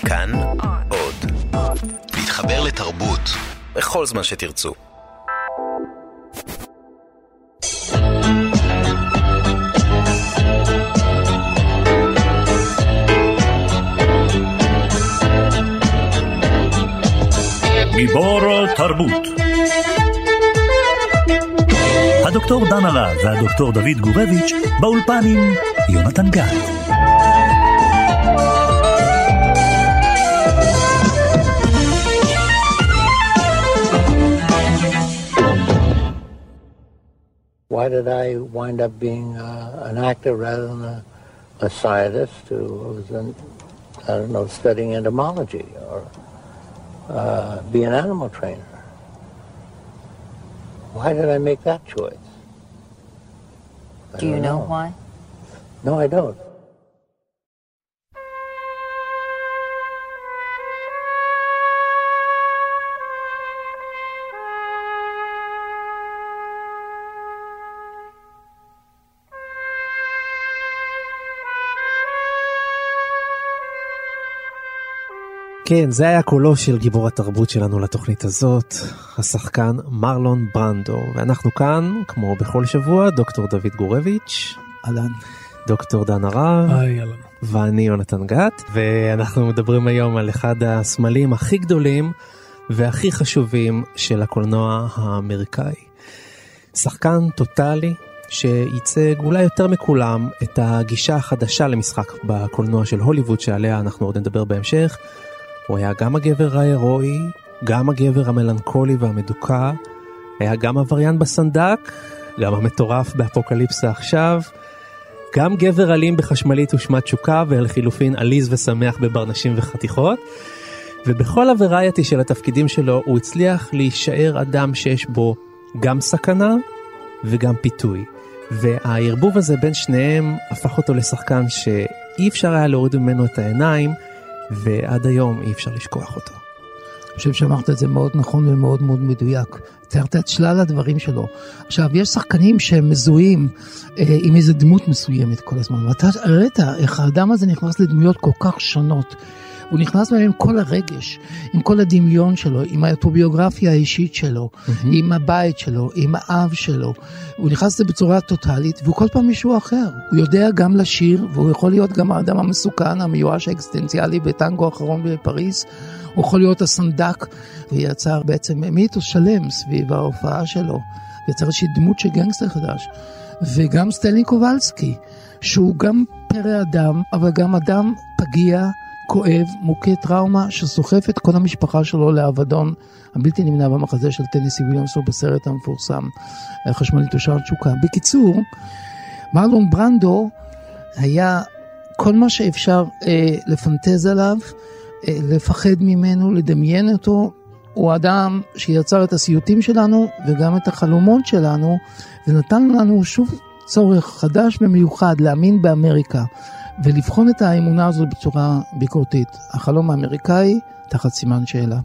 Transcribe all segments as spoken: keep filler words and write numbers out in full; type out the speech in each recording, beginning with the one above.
כאן עוד. להתחבר לתרבות בכל זמן שתרצו. גיבור תרבות. הדוקטור דן הרב והדוקטור דוד גורביץ' באולפן עם יונתן גת. Why did I wind up being uh, an actor rather than a, a scientist who was, in, I don't know, studying entomology or uh, be an animal trainer? Why did I make that choice? I Do you know, know why? No, I don't. כן, זה היה קולו של גיבור התרבות שלנו לתוכנית הזאת, השחקן מרלון ברנדו, ואנחנו כאן, כמו בכל שבוע, דוקטור דוד גורביץ', אלן, דוקטור דן הרב, היי אלן, ואני יונתן גת, ואנחנו מדברים היום על אחד הסמלים הכי גדולים והכי חשובים של הקולנוע האמריקאי. שחקן טוטלי שייצג אולי יותר מכולם את הגישה החדשה למשחק בקולנוע של הוליווד, שעליה אנחנו עוד נדבר בהמשך. הוא היה גם הגבר ההירואי, גם הגבר המלנכולי והמדוכא, היה גם עבריין בסנדק, גם המטורף באפוקליפסה עכשיו, גם גבר אלים בחשמלית ושמת תשוקה, ולחילופין עליז ושמח בברנשים וחתיכות, ובכל הוורייטי של התפקידים שלו הוא הצליח להישאר אדם שיש בו גם סכנה וגם פיתוי, והערבוב הזה בין שניהם הפך אותו לשחקן שאי אפשר היה להוריד ממנו את העיניים, ועד היום אי אפשר לשכוח אותו. אני חושב שאמרת את זה מאוד נכון ומאוד מאוד מדויק. תיארת את שלל הדברים שלו. עכשיו, יש שחקנים שהם מזוהים אה, עם איזו דמות מסוימת כל הזמן. ואתה ראית איך האדם הזה נכנס לדמויות כל כך שונות. הוא נכנס בהם עם כל הרגש, עם כל הדמיון שלו, עם האוטוביוגרפיה האישית שלו, mm-hmm. עם הבית שלו, עם האב שלו. הוא נכנס לזה בצורה טוטלית, והוא כל פעם מישהו אחר. הוא יודע גם לשיר, והוא יכול להיות גם האדם המסוכן, המיואש האקסטנציאלי בטנגו האחרון בפריז. הוא יכול להיות הסנדק, ויצר בעצם מיתוס שלם סביב ההופעה שלו. ויצר איזושהי דמות של גנגסטר חדש. וגם סטנלי קובלסקי, שהוא גם פרא אדם, אבל גם אדם פגיע, כואב, מוכה טראומה, שסוחף את כל המשפחה שלו לאבדון הבלתי נמנע במחזה של טנסי וויליאמס בסרט המפורסם חשמלית ושמת תשוקה. בקיצור, מרלון ברנדו היה כל מה שאפשר אה, לפנטז עליו, אה, לפחד ממנו, לדמיין אותו. הוא אדם שיצר את הסיוטים שלנו וגם את החלומות שלנו, ונתן לנו שוב צורך חדש ומיוחד להאמין באמריקה, ולבחון את האמונה הזאת בצורה ביקורתית. החלום האמריקאי תחת סימן שאלה.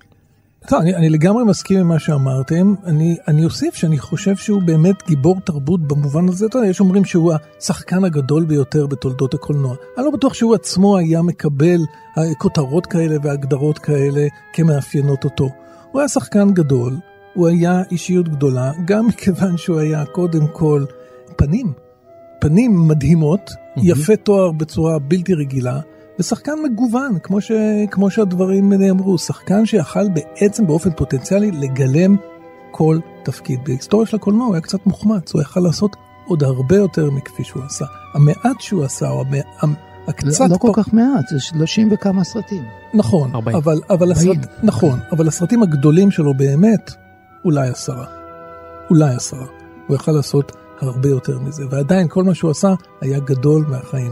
טוב, אני, אני לגמרי מסכים עם מה שאמרתם. אני, אני אוסיף שאני חושב שהוא באמת גיבור תרבות במובן הזה. טוב, יש אומרים שהוא השחקן הגדול ביותר בתולדות הקולנוע. אני לא בטוח שהוא עצמו היה מקבל כותרות כאלה והגדרות כאלה כמאפיינות אותו. הוא היה שחקן גדול, הוא היה אישיות גדולה, גם מכיוון שהוא היה קודם כל פנים. פנים מדהימות, יפה תואר בצורה בלתי רגילה, ושחקן מגוון, כמו, ש... כמו שהדברים נאמרו, שחקן שיכל בעצם באופן פוטנציאלי לגלם כל תפקיד. בהיסטוריה של הקולנוע הוא היה קצת מוחמץ, הוא יכל לעשות עוד הרבה יותר מכפי שהוא עשה. המעט שהוא עשה, או המע... הקצת... לא, לא כל כך מעט, זה שלושים וכמה סרטים. נכון, ארבעים. אבל, אבל, הסרט... נכון, אבל הסרטים הגדולים שלו באמת, אולי עשרה. אולי עשרה. הוא יכל לעשות הרבה יותר מזה, ועדיין כל מה שהוא עשה היה גדול מהחיים.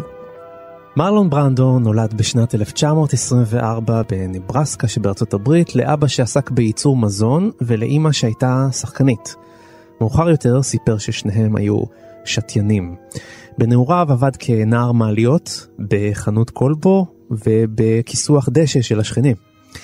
מרלון ברנדו נולד בשנת אלף תשע מאות עשרים וארבע בנברסקה שבארצות הברית, לאבא שעסק בייצור מזון ולאמא שהייתה שחקנית. מאוחר יותר סיפר ששניהם היו שתיינים. בנעוריו עבד כנער מעליות בחנות קולבו ובכיסוח דשא של השכנים.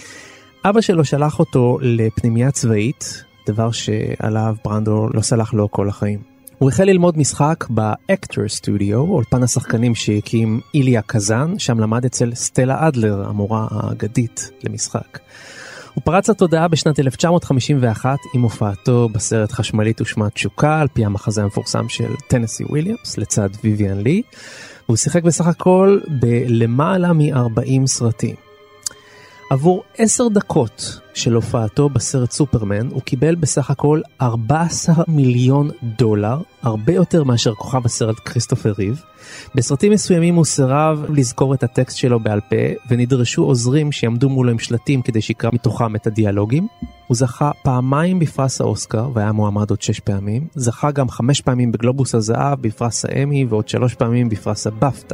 אבא שלו שלח אותו לפנימייה צבאית, דבר שעליו ברנדו לא סלח לו כל החיים. הוא החל ללמוד משחק באקטור סטודיו, אולפן השחקנים שהקים איליה קזן, שם למד אצל סטלה אדלר, המורה האגדית למשחק. הוא פרץ לתודעה בשנת אלף תשע מאות חמישים ואחת עם הופעתו בסרט חשמלית ושמה תשוקה, על פי המחזה המפורסם של טנסי וויליאמס, לצד ויויאן לי. הוא שיחק בסך הכל בלמעלה מ-ארבעים סרטים. עבור עשר דקות של הופעתו בסרט סופרמן, הוא קיבל בסך הכל ארבעה עשר מיליון דולר, הרבה יותר מאשר כוכב הסרט כריסטופר ריב. בסרטים מסוימים הוא סירב לזכור את הטקסט שלו בעל פה, ונדרשו עוזרים שיעמדו מולו עם שלטים כדי שיקרא מתוכם את הדיאלוגים. הוא זכה פעמיים בפרס האוסקר, והיה מועמד עוד שש פעמים. זכה גם חמש פעמים בגלובוס הזהב, בפרס האמי, ועוד שלוש פעמים בפרס הבפטה.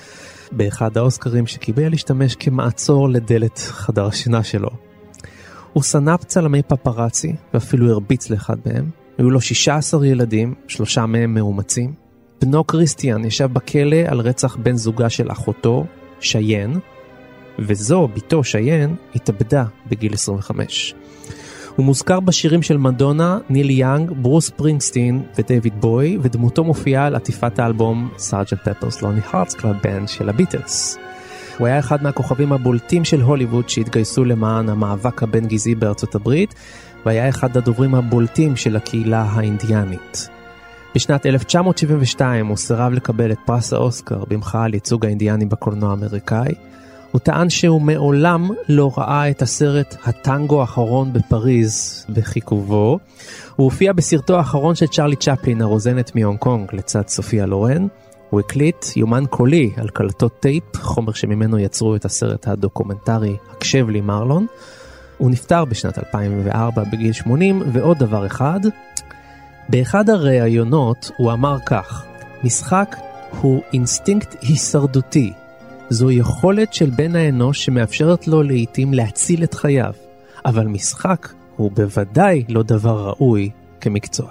באחד האוסקרים שקיבל להשתמש כמעצור לדלת חדר השינה שלו. הוא סנף צלמי פפרצי, ואפילו הרביץ לאחד מהם. היו לו שישה עשר ילדים, שלושה מהם מאומצים. בנו קריסטיאן ישב בכלא על רצח בן זוגה של אחותו, שיין, וזו, ביתו שיין, התאבדה בגיל עשרים וחמש. הוא מוזכר בשירים של מדונה, ניל יאנג, ברוס פרינגסטין ודייוויד בוי, ודמותו מופיעה על עטיפת האלבום סארג'נט פפרס לוני הארטס קלאב בנד של הביטלס. הוא היה אחד מהכוכבים הבולטים של הוליווד שהתגייסו למען המאבק הבין גזעי בארצות הברית, והיה אחד הדוברים הבולטים של הקהילה האינדיאנית. בשנת אלף תשע מאות שבעים ושתיים הוא סירב לקבל את פרס האוסקר במחאה על ייצוג האינדיאנים בקולנוע האמריקאי. הוא טען שהוא מעולם לא ראה את הסרט הטנגו האחרון בפריז בחיכובו. הוא הופיע בסרטו האחרון של צ'רלי צ'פלין, הרוזנת מהונג קונג, לצד סופיה לורן. הוא הקליט יומן קולי על קלטות טייפ, חומר שממנו יצרו את הסרט הדוקומנטרי הקשב לי מרלון. הוא נפטר בשנת אלפיים וארבע בגיל שמונים, ועוד דבר אחד, באחד הראיונות הוא אמר כך: משחק הוא אינסטינקט הישרדותי. זו יכולת של בן האנוש שמאפשרת לו לעתים להציל את חייו, אבל משחק הוא בוודאי לא דבר ראוי כמקצוע.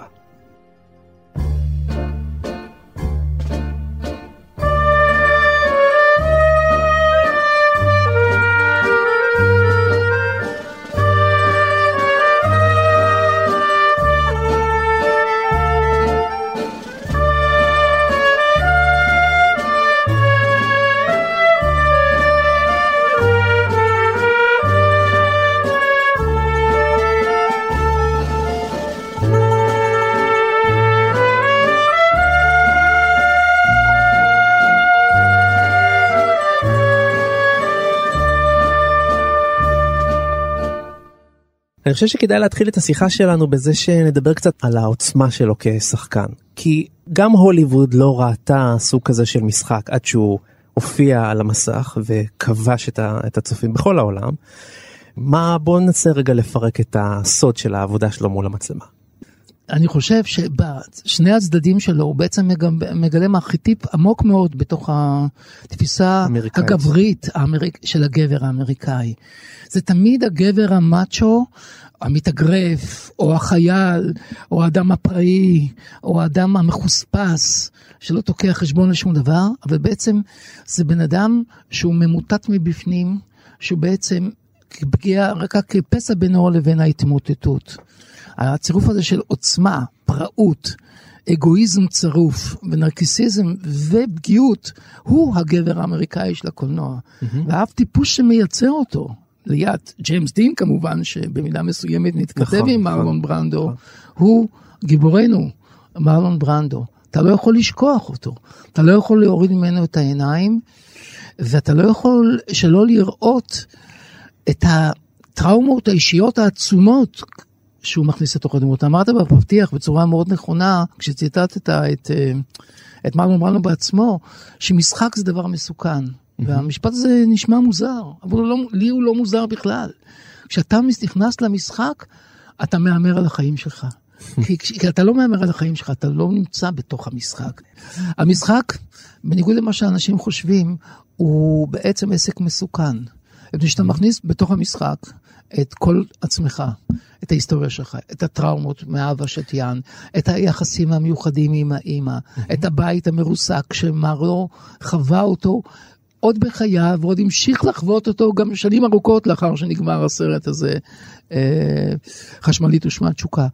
אני חושב שכדאי להתחיל את השיחה שלנו בזה שנדבר קצת על העוצמה שלו כשחקן. כי גם הוליווד לא ראתה סוג כזה של משחק עד שהוא הופיע על המסך וכבש את הצופים בכל העולם. מה, בואו ננסה רגע לפרק את הסוד של העבודה שלו מול המצלמה. אני חושב שבשני הצדדים שלו הוא בעצם מגלם ארכיטיפ עמוק מאוד בתוך התפיסה אמריקאית. הגברית האמריק... של הגבר האמריקאי. זה תמיד הגבר המאצ'ו, המתאגרף, או החייל, או האדם הפראי, או האדם המחוספס, שלא תוקע חשבון לשום דבר, אבל בעצם זה בן אדם שהוא ממוטט מבפנים, שהוא בעצם פגיע רק כפסע בינו לבין ההתמוטטות. הצירוף הזה של עוצמה, פראות, אגואיזם צרוף ונרקיסיזם ופגיעות, הוא הגבר האמריקאי של הקולנוע. Mm-hmm. ואף טיפוס שמייצר אותו, ליד ג'יימס דין כמובן, שבמידה מסוימת נתכתב נכון, עם מרלון נכון, ברנדו, נכון. הוא גיבורנו, מרלון ברנדו. אתה לא יכול לשכוח אותו, אתה לא יכול להוריד ממנו את העיניים, ואתה לא יכול שלא לראות את הטראומות האישיות העצומות, שהוא מכניס לתוך הדמות. אמרת בפתיח בצורה מאוד נכונה, כשציטטת את, את מרלון ברנדו בעצמו, שמשחק זה דבר מסוכן. Mm-hmm. והמשפט הזה נשמע מוזר, אבל לא, לי הוא לא מוזר בכלל. כשאתה נכנס למשחק, אתה מאמר על החיים שלך. כי, כי אתה לא מאמר על החיים שלך, אתה לא נמצא בתוך המשחק. המשחק, בניגוד למה שאנשים חושבים, הוא בעצם עסק מסוכן. כשאתה מכניס בתוך המשחק את כל עצמך, את ההיסטוריה שלך, את הטראומות מאבא שתיין, את היחסים המיוחדים עם האמא, את הבית המרוסק שמרלו חווה אותו עוד בחייו, ועוד המשיך לחוות אותו גם שנים ארוכות לאחר שנגמר הסרט הזה, חשמלית ושמה תשוקה.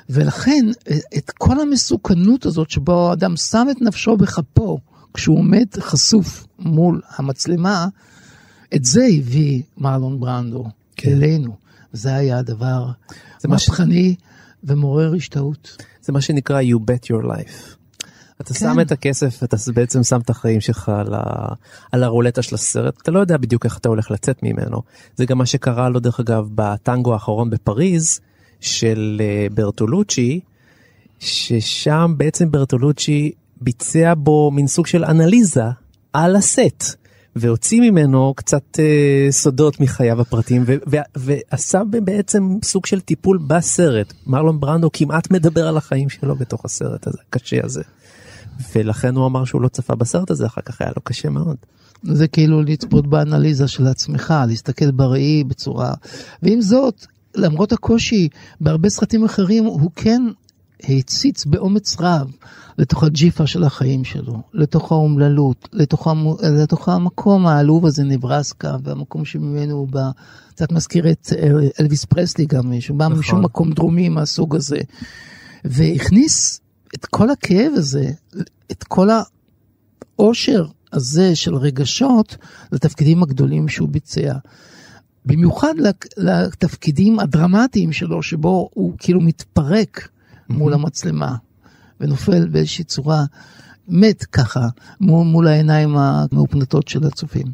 ולכן, את כל המסוכנות הזאת שבו האדם שם את נפשו בכפו, כשהוא עומד חשוף מול המצלמה, את זה הביא מרלון ברנדו כן. אלינו. זה היה הדבר מהפכני ש... ומעורר השתאות. זה מה שנקרא you bet your life. אתה כן. שם את הכסף, אתה בעצם שם את החיים שלך על, ה... על הרולטה של הסרט, אתה לא יודע בדיוק איך אתה הולך לצאת ממנו. זה גם מה שקרה לו דרך אגב בטנגו האחרון בפריז, של ברטולוצ'י, ששם בעצם ברטולוצ'י ביצע בו מין סוג של אנליזה על הסט. והוציא ממנו קצת אה, סודות מחייו הפרטיים, ו- ו- ועשה בעצם סוג של טיפול בסרט. מרלון ברנדו כמעט מדבר על החיים שלו בתוך הסרט הזה, הקשה הזה. ולכן הוא אמר שהוא לא צפה בסרט הזה, אחר כך היה לו קשה מאוד. זה כאילו לצפות באנליזה של עצמך, להסתכל בראי בצורה... ועם זאת, למרות הקושי, בהרבה סרטים אחרים, הוא כן הציץ באומץ רב לתוך הג'יפה של החיים שלו, לתוך האומללות, לתוך, המ... לתוך המקום העלוב הזה, נברסקה, והמקום שממנו הוא בא, קצת מזכיר את אלוויס פרסלי גם, שהוא בא משום מקום דרומי מהסוג הזה, והכניס את כל הכאב הזה, את כל העושר הזה של רגשות, לתפקידים הגדולים שהוא ביצע. במיוחד לתפקידים הדרמטיים שלו, שבו הוא כאילו מתפרק מול המצלמה, ונופל באיזושהי צורה מת ככה, מול, מול העיניים המאופנתות של הצופים.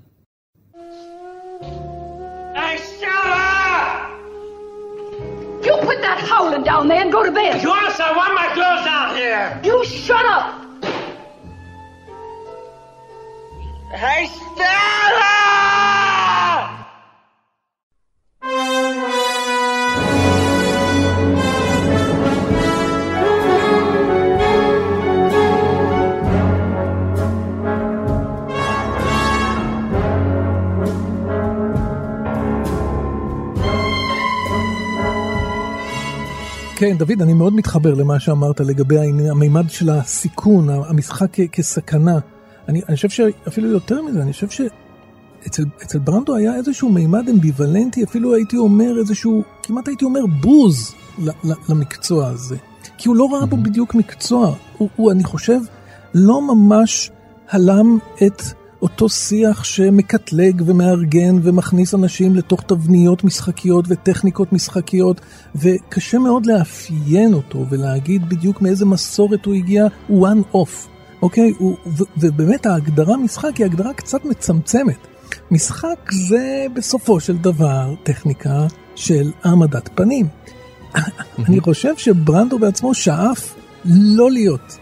Hey, shut up! You put that howling down there and go to bed. Yes, I want my clothes down here. You shut up! Hey, Stella! כן, דוד, אני מאוד מתחבר למה שאמרת לגבי המימד של הסיכון, המשחק כסכנה. אני, אני חושב שאפילו יותר מזה, אני חושב שאצל אצל ברנדו היה איזשהו מימד אמביוולנטי, אפילו הייתי אומר איזשהו, כמעט הייתי אומר בוז למקצוע הזה. כי הוא לא ראה בו בדיוק מקצוע. הוא, הוא, אני חושב, לא ממש הלם את אותו שיח שמקטלג ומארגן ומכניס אנשים לתוך תבניות משחקיות וטכניקות משחקיות, וקשה מאוד לאפיין אותו ולהגיד בדיוק מאיזה מסורת הוא הגיע, הוא one off, אוקיי? ו- ובאמת ההגדרה משחק היא הגדרה קצת מצמצמת. משחק זה בסופו של דבר טכניקה של העמדת פנים. אני חושב שברנדו בעצמו שאף לא להיות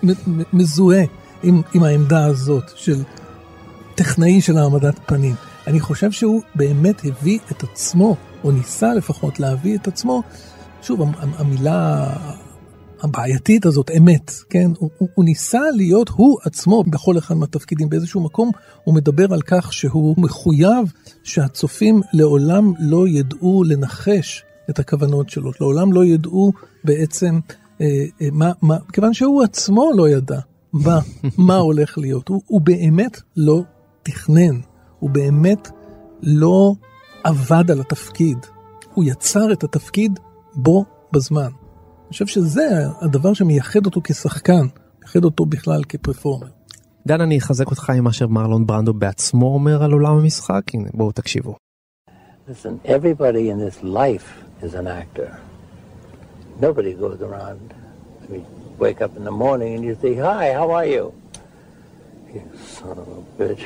מזוהה עם, עם העמדה הזאת של טכנאי של העמדת פנים. אני חושב שהוא באמת הביא את עצמו, או ניסה לפחות להביא את עצמו, שוב, המילה הבעייתית הזאת, אמת, כן? הוא, הוא, הוא ניסה להיות הוא עצמו בכל אחד מהתפקידים. באיזשהו מקום הוא מדבר על כך שהוא מחויב שהצופים לעולם לא ידעו לנחש את הכוונות שלו, לעולם לא ידעו בעצם, אה, אה, מה, מה, כיוון שהוא עצמו לא ידע מה, מה הולך להיות. הוא, הוא באמת לא תכנן, הוא באמת לא עבד על התפקיד, הוא יצר את התפקיד בו בזמן. אני חושב שזה הדבר שמייחד אותו כשחקן, מייחד אותו בכלל כפרפורמר. דן, אני אחזק אותך עם מה שמרלון ברנדו בעצמו אומר על עולם המשחק, הנה, בואו תקשיבו. Listen, everybody in this life is an actor. Nobody goes around, I mean, wake up in the morning and you say, hi, how are you? You son of a bitch.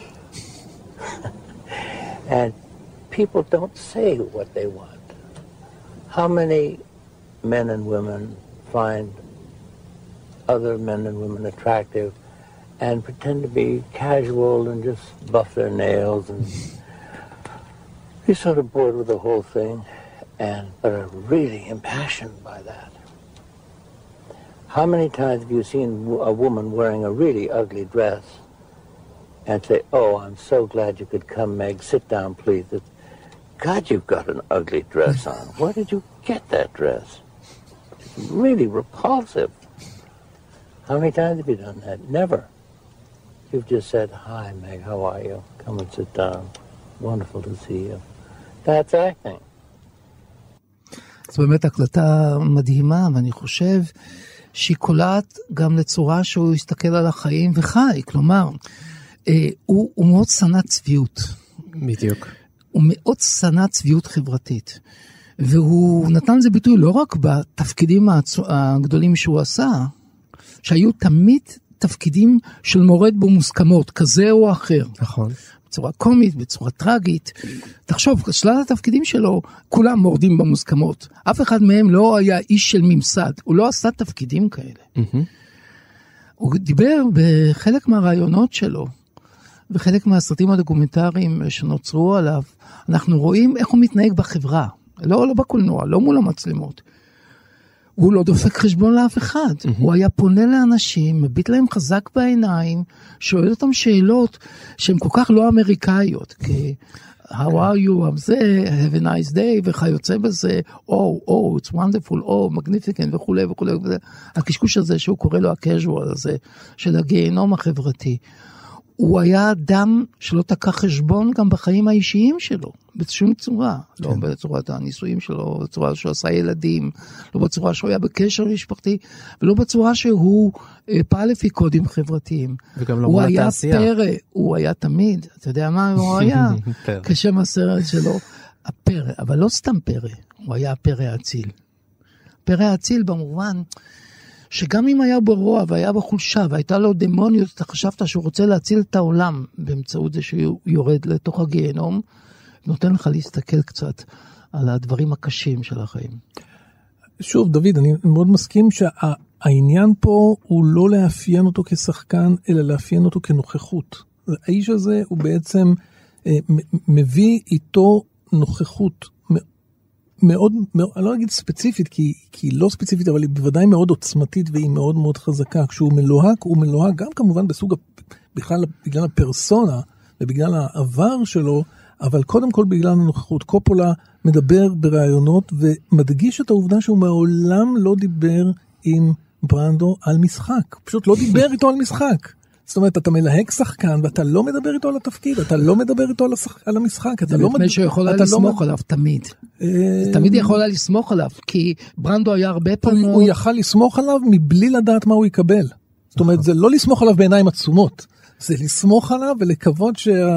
And people don't say what they want. How many men and women find other men and women attractive and pretend to be casual and just buff their nails and be sort of bored with the whole thing, and but are really impassioned by that. How many times have you seen a woman wearing a really ugly dress and say, oh, I'm so glad you could come, Meg, sit down, please. It's, God, you've got an ugly dress on. Where did you get that dress? It's really repulsive. How many times have you done that? Never. You've just said, hi, Meg, how are you? Come and sit down. Wonderful to see you. That's acting. זו באמת הקלטה מדהימה, ואני חושב שהיא קולעת גם לצורה שהוא הסתכל על החיים וחי, כלומר, אה, הוא, הוא מאוד שנא צביעות. בדיוק. הוא מאוד שנא צביעות חברתית, והוא נתן לזה ביטוי לא רק בתפקידים הגדולים שהוא עשה, שהיו תמיד תפקידים של מורד בו מוסכמות, כזה או אחר. נכון. בצורה קומית, בצורה טרגית. תחשוב, שלל התפקידים שלו, כולם מורדים במוסכמות. אף אחד מהם לא היה איש של ממסד, הוא לא עשה תפקידים כאלה. Mm-hmm. הוא דיבר בחלק מהרעיונות שלו, וחלק מהסרטים הדוקומנטריים שנוצרו עליו, אנחנו רואים איך הוא מתנהג בחברה. לא, לא בקולנוע, לא מול המצלמות. הוא לא דופק חשבון לאף אחד. Mm-hmm. הוא היה פונה לאנשים, מביט להם חזק בעיניים, שואל אותם שאלות שהן כל כך לא אמריקאיות, כי how are you, זה, have a nice day, וכיוצא בזה, oh, oh, it's wonderful, oh, magnificent, וכו' וכו'. הקשקוש הזה שהוא קורא לו הקז'ואל הזה, של הגיהנום החברתי. הוא היה אדם שלא תקע חשבון גם בחיים האישיים שלו, בשום צורה. כן. לא בצורת הניסויים שלו, בצורה שהוא עשה ילדים, לא בצורה שהוא היה בקשר משפחתי, ולא בצורה שהוא פעל לפי קודים חברתיים. וגם לא מול התעשייה. הוא היה פרא, הוא היה תמיד, אתה יודע מה הוא היה? כשם הסרט שלו, הפרא, אבל לא סתם פרא, הוא היה פרא האציל. פרא האציל במובן שגם אם היה ברוע והיה בחולשה והייתה לו דמוניות, אתה חשבת שהוא רוצה להציל את העולם באמצעות זה שהוא יורד לתוך הגיהנום, נותן לך להסתכל קצת על הדברים הקשים של החיים. שוב, דוד, אני מאוד מסכים שהעניין פה הוא לא לאפיין אותו כשחקן, אלא לאפיין אותו כנוכחות. האיש הזה הוא בעצם אה, מביא איתו נוכחות מאוד, מאוד, אני לא אגיד ספציפית, כי, כי היא לא ספציפית, אבל היא בוודאי מאוד עוצמתית, והיא מאוד מאוד חזקה. כשהוא מלוהק, הוא מלוהק גם כמובן בסוג, בכלל, בגלל הפרסונה, ובגלל העבר שלו, אבל קודם כל בגלל הנוכחות. קופולה מדבר ברעיונות, ומדגיש את העובדה שהוא מעולם לא דיבר עם ברנדו על משחק. פשוט לא דיבר איתו על משחק. זאת אומרת, אתה מלהק שחקן, ואתה לא מדבר איתו על התפקיד, אתה לא מדבר איתו על, השח... על המשחק. זה לפני שהוא יכול לסמוך עליו, תמיד. תמיד יכול לסמוך עליו, כי ברנדו היה הרבה פעמים... הוא יכל לסמוך עליו מבלי לדעת מה הוא יקבל. זאת אומרת, זה לא לסמוך עליו בעיניים עצומות. זה לסמוך עליו ולקוות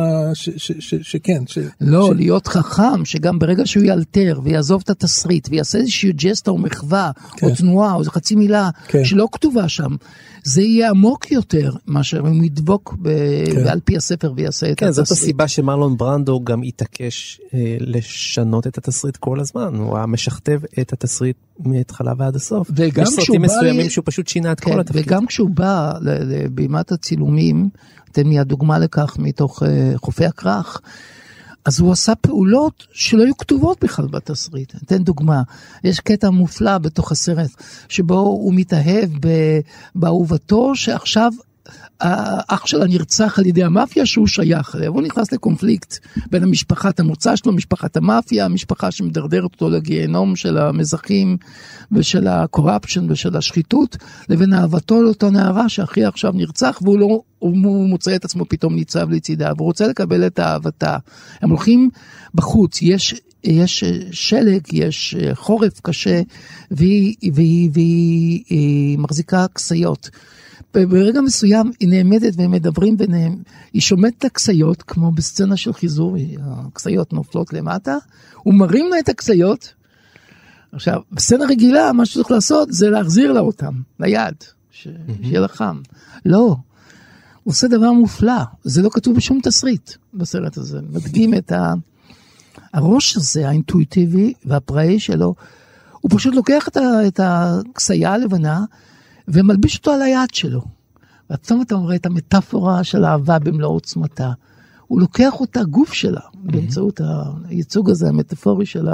שכן. לא, להיות חכם, שגם ברגע שהוא ילתר ויעזוב את התסריט, ויעשה איזשהו ג'סטה או מחווה, או תנועה, או חצי מילה, שלא כתובה שם, זה יהיה עמוק יותר, מאשר אם הוא ידבוק על פי הספר ויעשה את התסריט. כן, זאת הסיבה שמרלון ברנדו גם התעקש לשנות את התסריט כל הזמן. הוא היה משכתב את התסריט מהתחלה ועד הסוף. יש סרטים מסוימים שהוא פשוט שינה את כל התפקיד. וגם כשהוא בא לבימת הצילומים, אתן לי הדוגמה לכך מתוך חופי הכרך, אז הוא עשה פעולות שלא היו כתובות בכלל בתסריט. אתן דוגמה, יש קטע מופלא בתוך הסרט, שבו הוא מתאהב באהובתו, שעכשיו האח שלה נרצח על ידי המאפיה שהוא שייך אליה, והוא נכנס לקונפליקט בין המשפחת המוצא שלו, משפחת המאפיה, המשפחה שמדרדרת אותו לגיהנום של המזכים ושל הקורפשן ושל השחיתות, לבין אהבתו לאותה נערה שאחי עכשיו נרצח, והוא לא, הוא מוצא את עצמו פתאום ניצב לצידה, והוא רוצה לקבל את אהבתה. הם הולכים בחוץ, יש יש שלג, יש חורף קשה, והיא, והיא, והיא, והיא מחזיקה כסיות. ברגע מסוים היא נעמדת והם מדברים ביניהם, היא שומעת את הכסיות, כמו בסצנה של חיזור, הכסיות נופלות למטה, הוא מרים לה את הכסיות, עכשיו, בסצנה רגילה, מה שצריך לעשות, זה להחזיר לה אותם, ליד, ש... mm-hmm. שיהיה לה חם. לא, הוא עושה דבר מופלא, זה לא כתוב בשום תסריט בסרט הזה, מדגים את ה... הראש הזה, האינטואיטיבי והפראי שלו, הוא פשוט לוקח את, ה... את הכסייה הלבנה, ומלביש אותו על היד שלו. ועצום אתה אומר את המטאפורה של האהבה במלוא עוצמתה. הוא לוקח אותה גוף שלה, באמצעות הייצוג הזה, המטאפורי של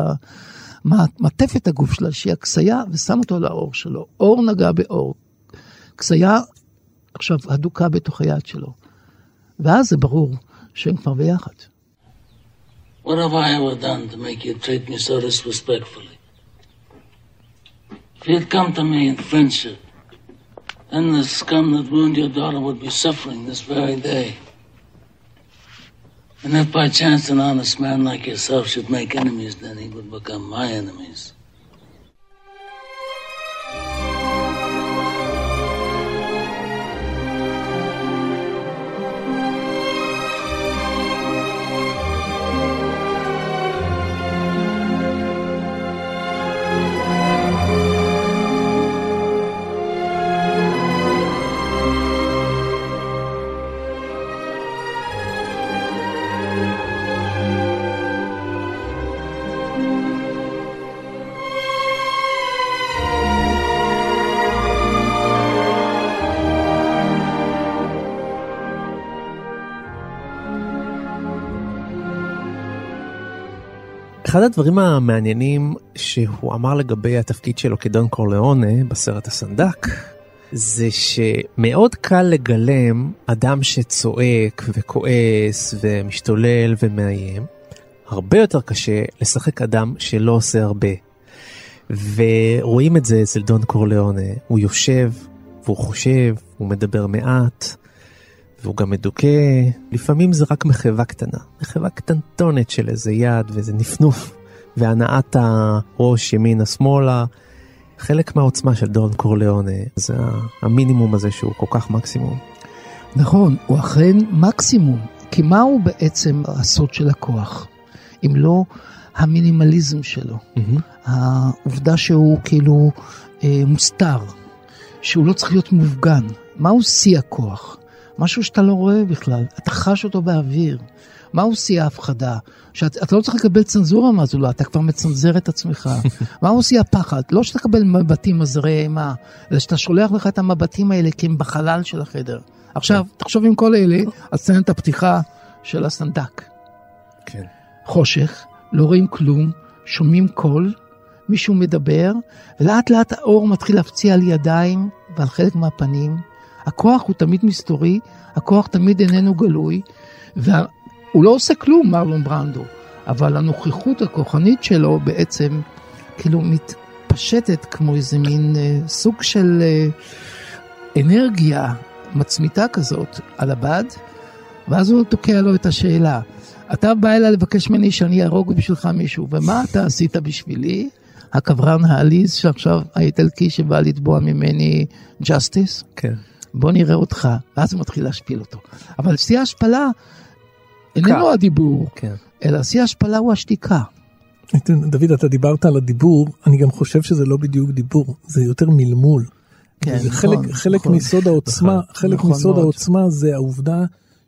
מטפת הגוף שלה, שהיא הכסייה, ושם אותו על האור שלו. אור נגע באור. כסייה, עכשיו, הדוקה בתוך היד שלו. ואז זה ברור שהם כבר ביחד. What have I ever done to make you treat me so disrespectfully? If you'd come to me in friendship, then the scum that ruined your daughter would be suffering this very day. And if by chance an honest man like yourself should make enemies, then he would become my enemies. אחד הדברים המעניינים שהוא אמר לגבי התפקיד שלו כדון קורליאונה בסרט הסנדק, זה שמאוד קל לגלם אדם שצועק וכועס ומשתולל ומאיים. הרבה יותר קשה לשחק אדם שלא עושה הרבה. ורואים את זה אצל דון קורליאונה. הוא יושב והוא חושב, הוא מדבר מעט, והוא גם מדוכא. לפעמים זה רק מחווה קטנה, מחווה קטנטונת של איזה יד ואיזה נפנוף, והנעת הראש ימינה שמאלה. חלק מהעוצמה של דון קורליאונה, זה המינימום הזה שהוא כל כך מקסימום. נכון, הוא אכן מקסימום, כי מה הוא בעצם הסוד של הכוח? אם לא המינימליזם שלו, mm-hmm. העובדה שהוא כאילו אה, מוסתר, שהוא לא צריך להיות מופגן. מהו שיא הכוח? משהו שאתה לא רואה בכלל, אתה חש אותו באוויר. מהו שיא ההפחדה? שאתה לא צריך לקבל צנזורה מהזולה, אתה כבר מצנזר את עצמך. מהו שיא הפחד? לא שאתה תקבל מבטים מזרי אימה, אלא שאתה שולח לך את המבטים האלה כי הם בחלל של החדר. עכשיו, תחשוב עם כל אלה, אז תנן את הפתיחה של הסנדק. כן. חושך, לא רואים כלום, שומעים קול, מישהו מדבר, ולאט לאט האור מתחיל להפציע על ידיים ועל חלק מהפנים. הכוח הוא תמיד מסתורי, הכוח תמיד איננו גלוי, והוא לא עושה כלום, מרלון ברנדו, אבל הנוכחות הכוחנית שלו בעצם כאילו מתפשטת כמו איזה מין אה, סוג של אה, אנרגיה מצמיתה כזאת על הבד, ואז הוא תוקע לו את השאלה, אתה בא אליי לבקש ממני שאני ארוג בשבילך מישהו, ומה אתה עשית בשבילי? הקברן העליז שעכשיו האיטלקי שבא לתבוע ממני justice? כן. בוא נראה אותך, ואז הוא מתחיל להשפיל אותו. אבל שיא ההשפלה איננו הדיבור, כן. אלא שיא ההשפלה הוא השתיקה. דוד, אתה דיברת על הדיבור, אני גם חושב שזה לא בדיוק דיבור, זה יותר מלמול. כן, נכון, חלק, חלק נכון. מסוד העוצמה, נכון, חלק נכון מסוד מאוד. העוצמה זה העובדה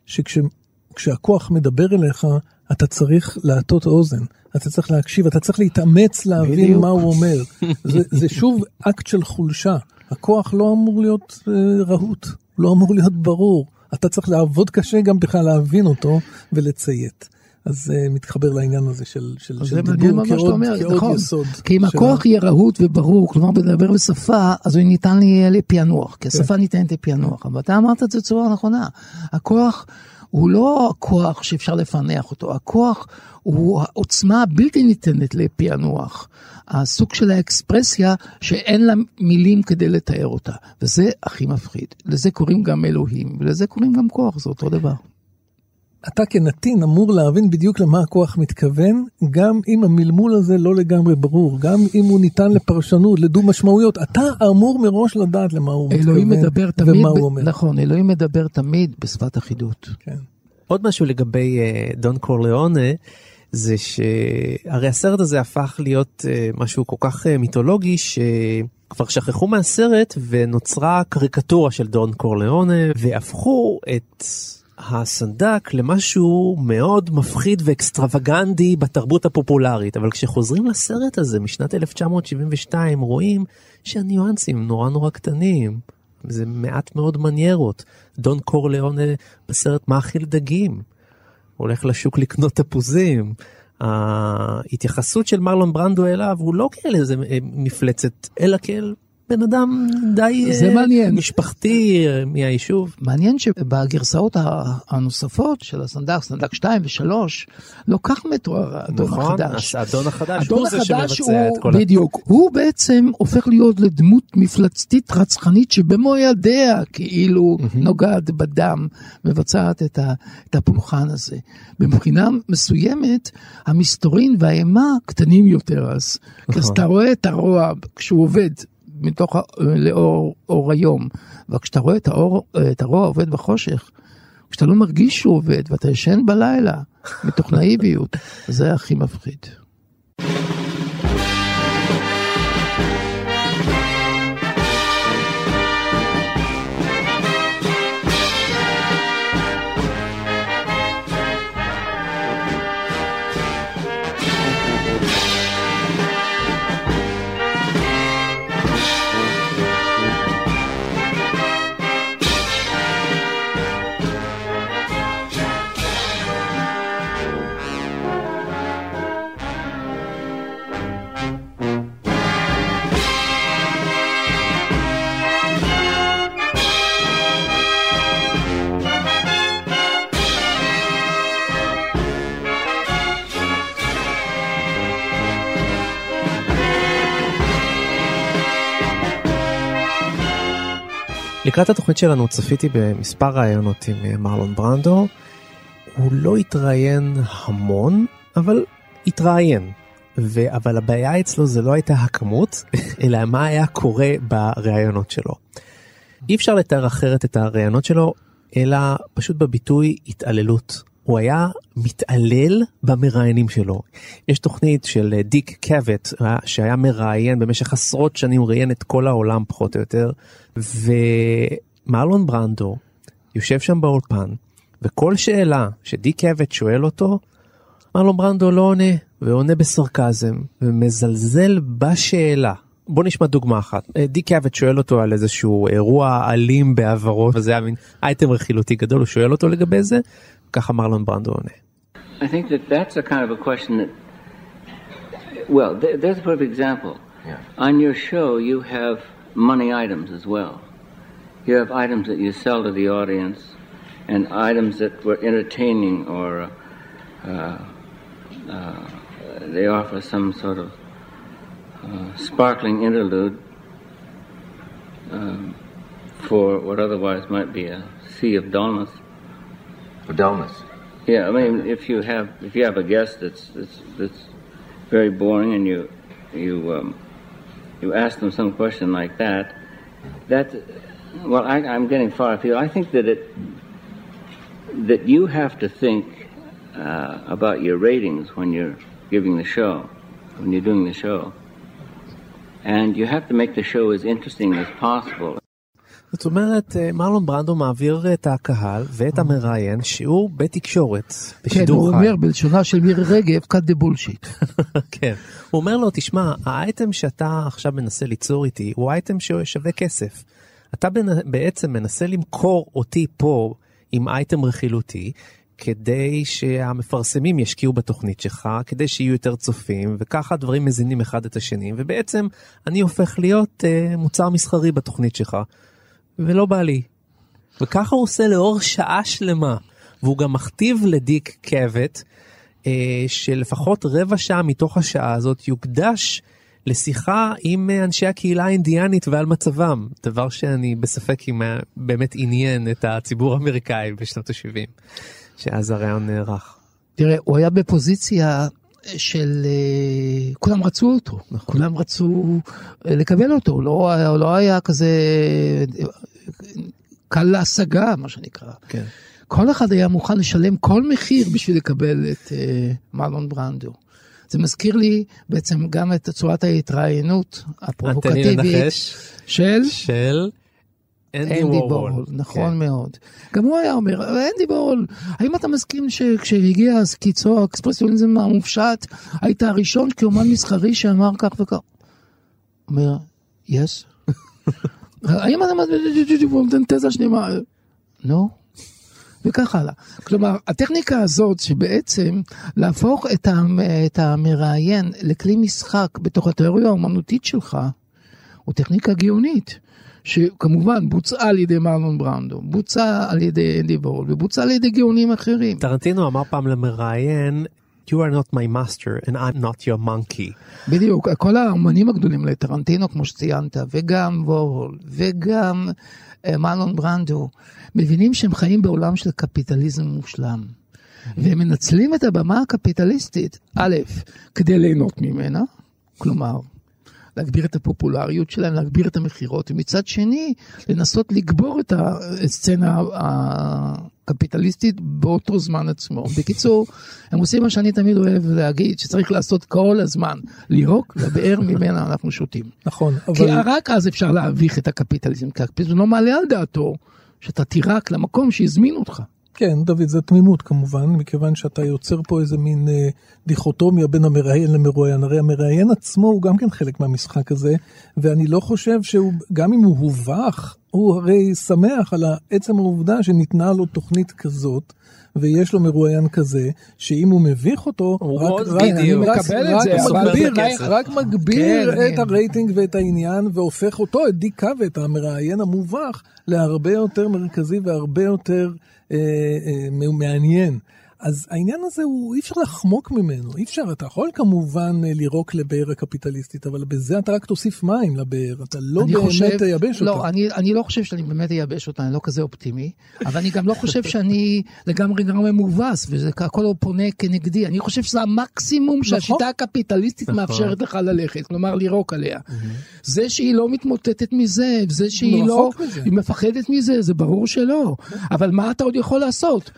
שכשהכוח מדבר אליך, אתה צריך להטות אוזן, אתה צריך להקשיב, אתה צריך להתאמץ להבין בדיוק. מה הוא אומר. זה, זה שוב אקט של חולשה. הכוח לא אמור להיות uh, רהוט, לא אמור להיות ברור. אתה צריך לעבוד קשה גם בכלל להבין אותו ולציית. אז uh, מתחבר לעניין הזה של, של, של דיבור כעוד, כעוד נכון. יסוד. כי אם הכוח יהיה רהוט וברור, כלומר בדבר בשפה, אז הוא ניתן לי לפענוח, כי השפה ניתנת לפענוח. אבל אתה אמרת את זה בצורה נכונה. הכוח הוא לא הכוח שאפשר לפענח אותו, הכוח הוא העוצמה הבלתי ניתנת לפענוח. הסוג של האקספרסיה שאין לה מילים כדי לתאר אותה, וזה הכי מפחיד. לזה קוראים גם אלוהים, ולזה קוראים גם כוח, זה אותו דבר. אתה כנתין אמור להבין בדיוק למה הכוח מתכוון, גם אם המלמול הזה לא לגמרי ברור, גם אם הוא ניתן לפרשנות, לדו משמעויות, אתה אמור מראש לדעת למה הוא אלוהים מתכוון מדבר תמיד, ומה ב... הוא אומר. נכון, אלוהים מדבר תמיד בשפת אחידות. כן. עוד משהו לגבי uh, דון קורליאונה, זה שהרי הסרט הזה הפך להיות uh, משהו כל כך uh, מיתולוגי, שכבר שכחו מהסרט ונוצרה קריקטורה של דון קורליאונה, והפכו את הסנדק למשהו מאוד מפחיד ואקסטרווגנדי בתרבות הפופולרית. אבל כשחוזרים לסרט הזה משנת אלף תשע מאות שבעים ושתיים, רואים שהניואנסים נורא נורא קטנים. זה מעט מאוד מניירות. דון קורליאונה בסרט מאכיל דגים. הולך לשוק לקנות תפוזים. ההתייחסות של מרלון ברנדו אליו הוא לא כאלה איזה מפלצת, אלא כאל בן אדם די משפחתי מהיישוב. מעניין שבגרסאות הנוספות של הסנדק, סנדק שתיים ושלוש, לא כך מתואר האדון החדש. האדון החדש הוא זה שמבצע את כל... בדיוק. הוא בעצם הופך להיות לדמות מפלצתית רצחנית שבמו ידיה כאילו נוגעת בדם, מבצעת את הפולחן הזה. מבחינה מסוימת, המסתורין והאימה קטנים יותר אז. כי אתה רואה את הרוע כשהוא עובד, מתוך לאור אור היום, וכשאתה רואה את, האור, את הרוע עובד בחושך, כשאתה לא מרגיש שהוא עובד, ואתה ישן בלילה, מתוך נאיביות, זה הכי מפחיד. לקראת התוכנית שלנו צפיתי במספר רעיונות עם מרלון ברנדו. הוא לא התראיין המון, אבל התראיין. ו... אבל הבעיה אצלו זה לא הייתה הכמות, אלא מה היה קורה ברעיונות שלו. אי אפשר לתאר אחרת את הרעיונות שלו, אלא פשוט בביטוי התעללות. הוא היה מתעלל במראיינים שלו. יש תוכנית של דיק קווט, שהיה מראיין במשך עשרות שנים, ראיין את כל העולם פחות או יותר, ומרלון ברנדו יושב שם באולפן, וכל שאלה שדיק קווט שואל אותו, מרלון ברנדו לא עונה, ועונה בסרקזם, ומזלזל בשאלה. בוא נשמע דוגמה אחת. דיק קווט שואל אותו על איזשהו אירוע אלים בעברו, וזה היה מין אייטם רכילותי גדול, הוא שואל אותו לגבי זה, ככה מרלון ברנדו עונה. I think that that's a kind of a question that, well, th- there's a perfect example. Yeah. On your show, you have money items as well. You have items that you sell to the audience, and items that were entertaining or uh, uh, they offer some sort of uh, sparkling interlude um, for what otherwise might be a sea of dullness. For dullness. Yeah, I mean, if you have if you have a guest that's that's, that's very boring, and you you um, you ask them some question like that, that well, I, I'm getting far afield. I think that it that you have to think uh, about your ratings when you're giving the show, when you're doing the show, and you have to make the show as interesting as possible. זאת אומרת, מרלון ברנדו מעביר את הקהל ואת המראיין שיעור בתקשורת, בשידור חי. כן, הוא אומר בלשונה של מירי רגב, cut the bullshit. כן, הוא אומר לו, תשמע, האייטם שאתה עכשיו מנסה ליצור איתי, הוא אייטם ששווה כסף. אתה בעצם מנסה למכור אותי פה עם אייטם רכילותי, כדי שהמפרסמים ישקיעו בתוכנית שלך, כדי שיהיו יותר צופים, וככה הדברים מזינים אחד את השני, ובעצם אני הופך להיות uh, מוצר מסחרי בתוכנית שלך. ולא בא לי. וככה הוא עושה לאור שעה שלמה. והוא גם מכתיב לדיק קווט, אה, שלפחות רבע שעה מתוך השעה הזאת יוקדש לשיחה עם אנשי הקהילה האינדיאנית ועל מצבם. דבר שאני בספק אם באמת עניין את הציבור האמריקאי בשנות ה-שבעים. שאז הרעיון נערך. תראה, הוא היה בפוזיציה של כולם רצו אותו, נכון. כולם רצו לקבל אותו, הוא לא, הוא לא היה כזה קל להשגה, מה שנקרא. כן. כל אחד היה מוכן לשלם כל מחיר בשביל לקבל את uh, מרלון ברנדו. זה מזכיר לי בעצם גם את צורת ההתראיינות הפרובוקטיבית של... של... אנדי בורול, נכון מאוד. גם הוא היה אומר, אנדי בורול, האם אתה מסכים שכשהגיע קיצור האקספרסיוניזם המופשט, היית הראשון כאומן מסחרי שאמר כך וכך? אומר, yes. האם אתה מסכים תזה שנימה? no. וכך הלאה. כלומר, הטכניקה הזאת שבעצם להפוך את המראיין לכלי משחק בתוך התיאוריה האומנותית שלך, הוא טכניקה גאונית. שכמובן בוצעה על ידי מרלון ברנדו, בוצעה על ידי אנדי בורול, ובוצעה על ידי גאונים אחרים. טרנטינו אמר פעם למראיין, you are not my master and I'm not your monkey. בדיוק, כל האמנים הגדולים לטרנטינו, כמו שציינת, וגם בורול, וגם uh, מרלון ברנדו, מבינים שהם חיים בעולם של קפיטליזם מושלם. והם מנצלים את הבמה הקפיטליסטית, א', כדי ליהנות ממנה, כלומר, להגביר את הפופולריות שלהם, להגביר את המחירות, ומצד שני, לנסות לגבור את הסצנה הקפיטליסטית באותו זמן עצמו. בקיצור, הם עושים מה שאני תמיד אוהב להגיד, שצריך לעשות כל הזמן, לירוק לבאר ממנה אנחנו שותים. נכון. כי רק אז אפשר להביך את הקפיטליזם, כי הקפיטליזם לא מעלה על דעתו, שאתה תירק למקום שהזמין אותך. כן, דוד, זה תמימות כמובן, מכיוון שאתה יוצר פה איזה מין אה, דיכוטומיה בין המראיין למרואיין. הרי המראיין עצמו הוא גם כן חלק מהמשחק הזה, ואני לא חושב שהוא, גם אם הוא הובך, הוא הרי שמח על עצם העובדה שניתנה לו תוכנית כזאת, ויש לו מרואיין כזה, שאם הוא מביך אותו, רק, רק, אני מקבל את זה, מגביר, רק מגביר את הרייטינג ואת העניין, והופך אותו, את דיק קווט, המראיין המובך, להרבה יותר מרכזי והרבה יותר אה, אה, מעניין. אז העניין הזה הוא, אי אפשר לחמוק ממנו, אי אפשר, אתה יכול כמובן לירוק לבאר הקפיטליסטית, אבל בזה אתה רק תוסיף מים לבאר, אתה לא באמת חושב, תייבש לא, אותה. אני, אני לא חושב שאני באמת תייבש אותה, אני לא כזה אופטימי, אבל אני גם לא חושב שאני לגמרי לגמרי מובס, וזה הכל פונה כנגדי, אני חושב שזה המקסימום שהשיטה הקפיטליסטית מאפשרת לך ללכת, כלומר לירוק עליה. זה שהיא לא מתמוטטת מזה, זה שהיא לא, היא מפחדת מזה, זה ברור שלא, אבל מה אתה עוד יכול לעשות?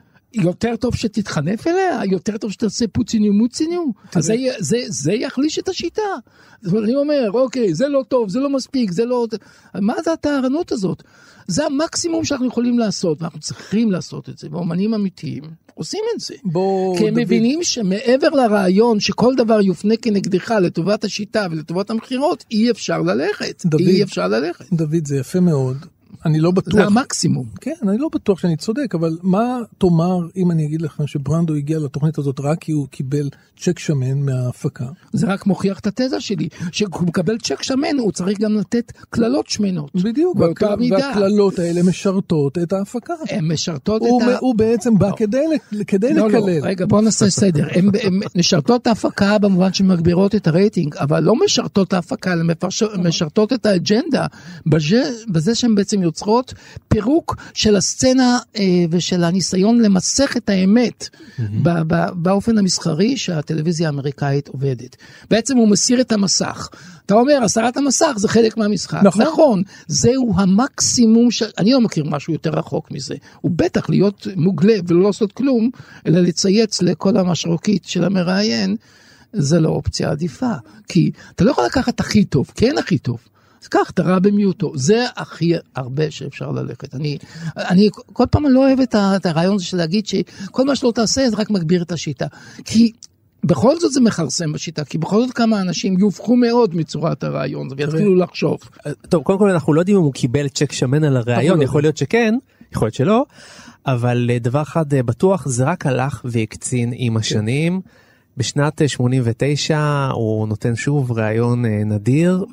יותר טוב שתתחנף אליה, יותר טוב שתעשה פוציניו מוציניו, אז זה, זה, זה יחליש את השיטה. אני אומר, אוקיי, זה לא טוב, זה לא מספיק, זה לא... מה זה התארנות הזאת? זה המקסימום שאנחנו יכולים לעשות, ואנחנו צריכים לעשות את זה, ואומנים אמיתיים עושים את זה. בוא, כי הם דוד. מבינים שמעבר לרעיון שכל דבר יופנה כנגדך לטובת השיטה ולטובת המחירות, אי אפשר ללכת. דוד, אי אפשר ללכת. דוד, זה יפה מאוד. אני לא בטוח. זה המקסימום. כן, אני לא בטוח שאני צודק, אבל מה תאמר אם אני אגיד לך שברנדו הגיע לתוכנית הזאת רק כי הוא קיבל צ'ק שמן מההפקה? זה רק מוכיח את התזה שלי, שהוא מקבל צ'ק שמן, הוא צריך גם לתת כללות שמנות. בדיוק, והכללות האלה משרתות את ההפקה. הן משרתות הוא, את ה... הוא בעצם בא כדי, כדי לא, לקלל. לא, רגע, בוא נעשה סדר. הן משרתות את ההפקה במובן שמגבירות את הרייטינג, אבל לא משרתות את ההפקה, הן משרתות את האג'נדה, בזה, בזה שהן בעצם יוצרות פירוק של הסצנה אה, ושל הניסיון למסך את האמת mm-hmm. ב- ב- באופן המסחרי שהטלוויזיה האמריקאית עובדת. בעצם הוא מסיר את המסך. אתה אומר, הסרת המסך זה חלק מהמשחק. נכון. נכון, זהו המקסימום של... אני לא מכיר משהו יותר רחוק מזה. הוא בטח להיות מוגלה ולא לעשות כלום, אלא לצייץ לכל המשרוקית של המראיין, זה לא אופציה עדיפה. כי אתה לא יכול לקחת הכי טוב, כן הכי טוב. אז כך, אתה רע במיוטו. זה הכי הרבה שאפשר ללכת. אני, אני כל פעם לא אוהב את הרעיון הזה של להגיד שכל מה שלא תעשה זה רק מגביר את השיטה. כי בכל זאת זה מחרסם בשיטה, כי בכל זאת כמה אנשים יופכו מאוד מצורת הרעיון, ויתחילו לחשוב. טוב, קודם כל אנחנו לא יודעים אם הוא קיבל צ'ק שמן על הרעיון, יכול להיות שכן, יכול להיות שלא, אבל דבר אחד בטוח, זה רק הלך והקצין עם השנים. בשנת שמונים ותשע הוא נותן שוב רעיון נדיר,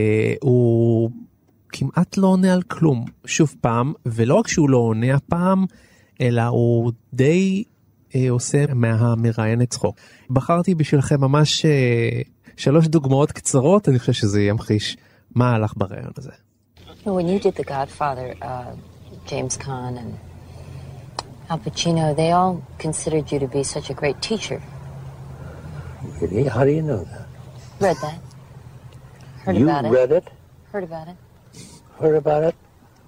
והוא כמעט לא עונה על כלום, שוב פעם, ולא רק שהוא לא עונה הפעם, אלא הוא די אה, עושה מהמראיין צחוק. בחרתי בשבילכם ממש אה, שלוש דוגמאות קצרות, אני חושב שזה ימחיש מה הלך ברעיון הזה. When you did The Godfather, uh, James Caan and Al Pacino, they all considered you to be such a great teacher. Really? How do you know that? Read that. Heard you about it. You read it? Heard about it. Heard about it?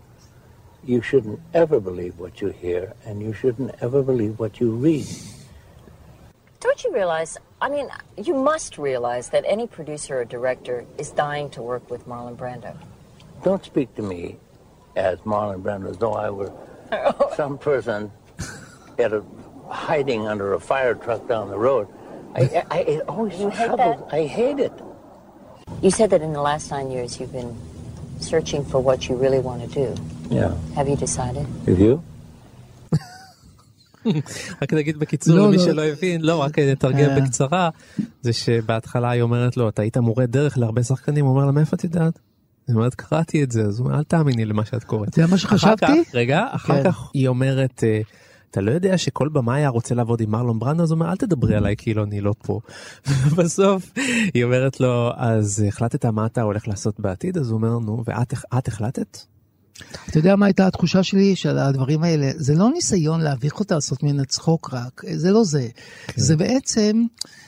You shouldn't ever believe what you hear, and you shouldn't ever believe what you read. Don't you realize, I mean, you must realize that any producer or director is dying to work with Marlon Brando. Don't speak to me as Marlon Brando as though I were some person at a, hiding under a fire truck down the road. I, I, it always you hate troubles. that? I hate it. You said that in the last nine years you've been searching for what you really want to do. Yeah. Have you decided? Have you? רק נגיד בקיצור למי שלא הבין, לא, רק נתרגם בקצרה, זה שבהתחלה היא אומרת לו, אתה היית מורה דרך להרבה שחקנים, הוא אומר לה, מאיפה את יודעת? היא אומרת, קראתי את זה, אז הוא אומר, אל תאמיני למה שאת קוראת. זה מה שחשבתי? רגע, אחר כך היא אומרת, אתה לא יודע שכל במאי רוצה לעבוד עם מרלון ברנדו, אז הוא אומר, אל תדברי עליי כאילו אני לא פה. ובסוף היא אומרת לו, אז החלטת מה אתה הולך לעשות בעתיד? אז הוא אומר, נו, ואת החלטת? אתה יודע מה הייתה התחושה שלי של הדברים האלה? זה לא ניסיון להביך אותה, לעשות מן הצחוק רק, זה לא זה. זה בעצם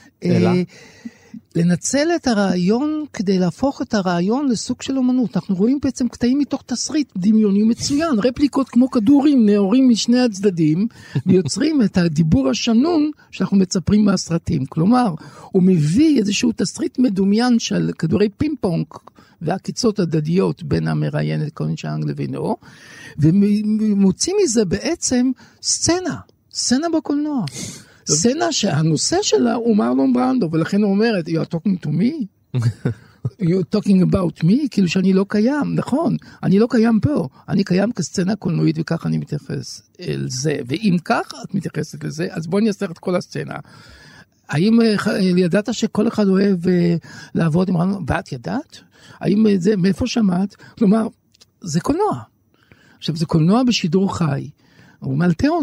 לנצל את הרעיון כדי להפוך את הרעיון לסוג של אומנות. אנחנו רואים בעצם קטעים מתוך תסריט דמיוני מצוין, רפליקות כמו כדורים נאורים משני הצדדים, ויוצרים את הדיבור השנון שאנחנו מצפרים מהסרטים. כלומר, הוא מביא איזשהו תסריט מדומיין של כדורי פינג פונג, והקיצות הדדיות בין המראיינת קולין צ'אנג לבינו, ומוציא מזה בעצם סצנה, סצנה בקולנוע. סצנה שהנושא שלה הוא מרלון ברנדו, ולכן הוא אומרת, you're talking to me? you're talking about me? כאילו שאני לא קיים, נכון, אני לא קיים פה, אני קיים כסצנה קולנועית, וכך אני מתייחס אל זה, ואם כך את מתייחסת לזה, אז בואי נסתר את כל הסצנה. האם ידעת שכל אחד אוהב לעבוד עם מרלון? ואת ידעת? האם זה, מאיפה שמעת? כלומר, זה קולנוע. עכשיו, זה קולנוע בשידור חי. הוא מלטה אותו.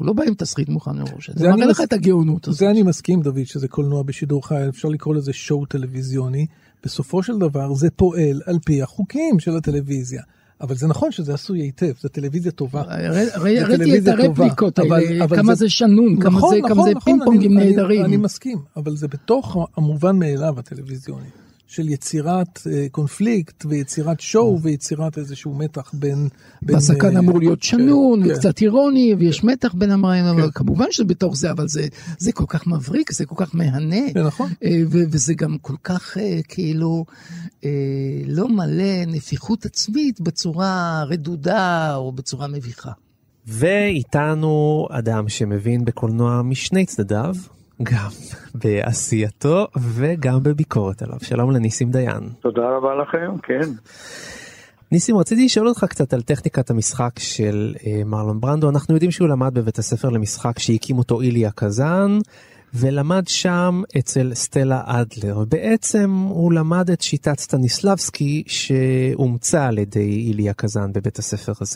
הוא לא בא עם תסריט מוכן מראש. זה מראה לך את הגאונות הזאת. זה אני מסכים, דוד, שזה קולנוע בשידור חי, אפשר לקרוא לזה שואו טלוויזיוני. בסופו של דבר זה פועל על פי החוקים של הטלוויזיה. אבל זה נכון שזה עשוי היטב, זה טלוויזיה טובה. ראיתי את הרפליקות האלה, כמה זה שנון, כמה זה פינג-פונגים נהדרים. אני מסכים, אבל זה בתוך המובן מאליו הטלוויזיוני. של יצירת קונפליקט ויצירת שואו ויצירת איזשהו מתח בין... בשחקן אמור להיות שנון וקצת אירוני ויש מתח בין המראים, אבל כמובן שבתוך זה, אבל זה כל כך מבריק, זה כל כך מהנה, וזה גם כל כך כאילו לא מלא נפיחות עצמית בצורה רדודה או בצורה מביכה. ואיתנו אדם שמבין בקולנוע משני צדדיו, גם בעשייתו וגם בביקורת עליו. שלום לניסים דיין. תודה רבה לכם, כן. ניסים, רציתי לשאול אותך קצת על טכניקת המשחק של אה, מרלון ברנדו. אנחנו יודעים שהוא למד בבית הספר למשחק שהקים אותו איליה קזאן, ולמד שם אצל סטלה אדלר. בעצם הוא למד את שיטת סטניסלבסקי שהומצא על ידי איליה קזאן בבית הספר הזה.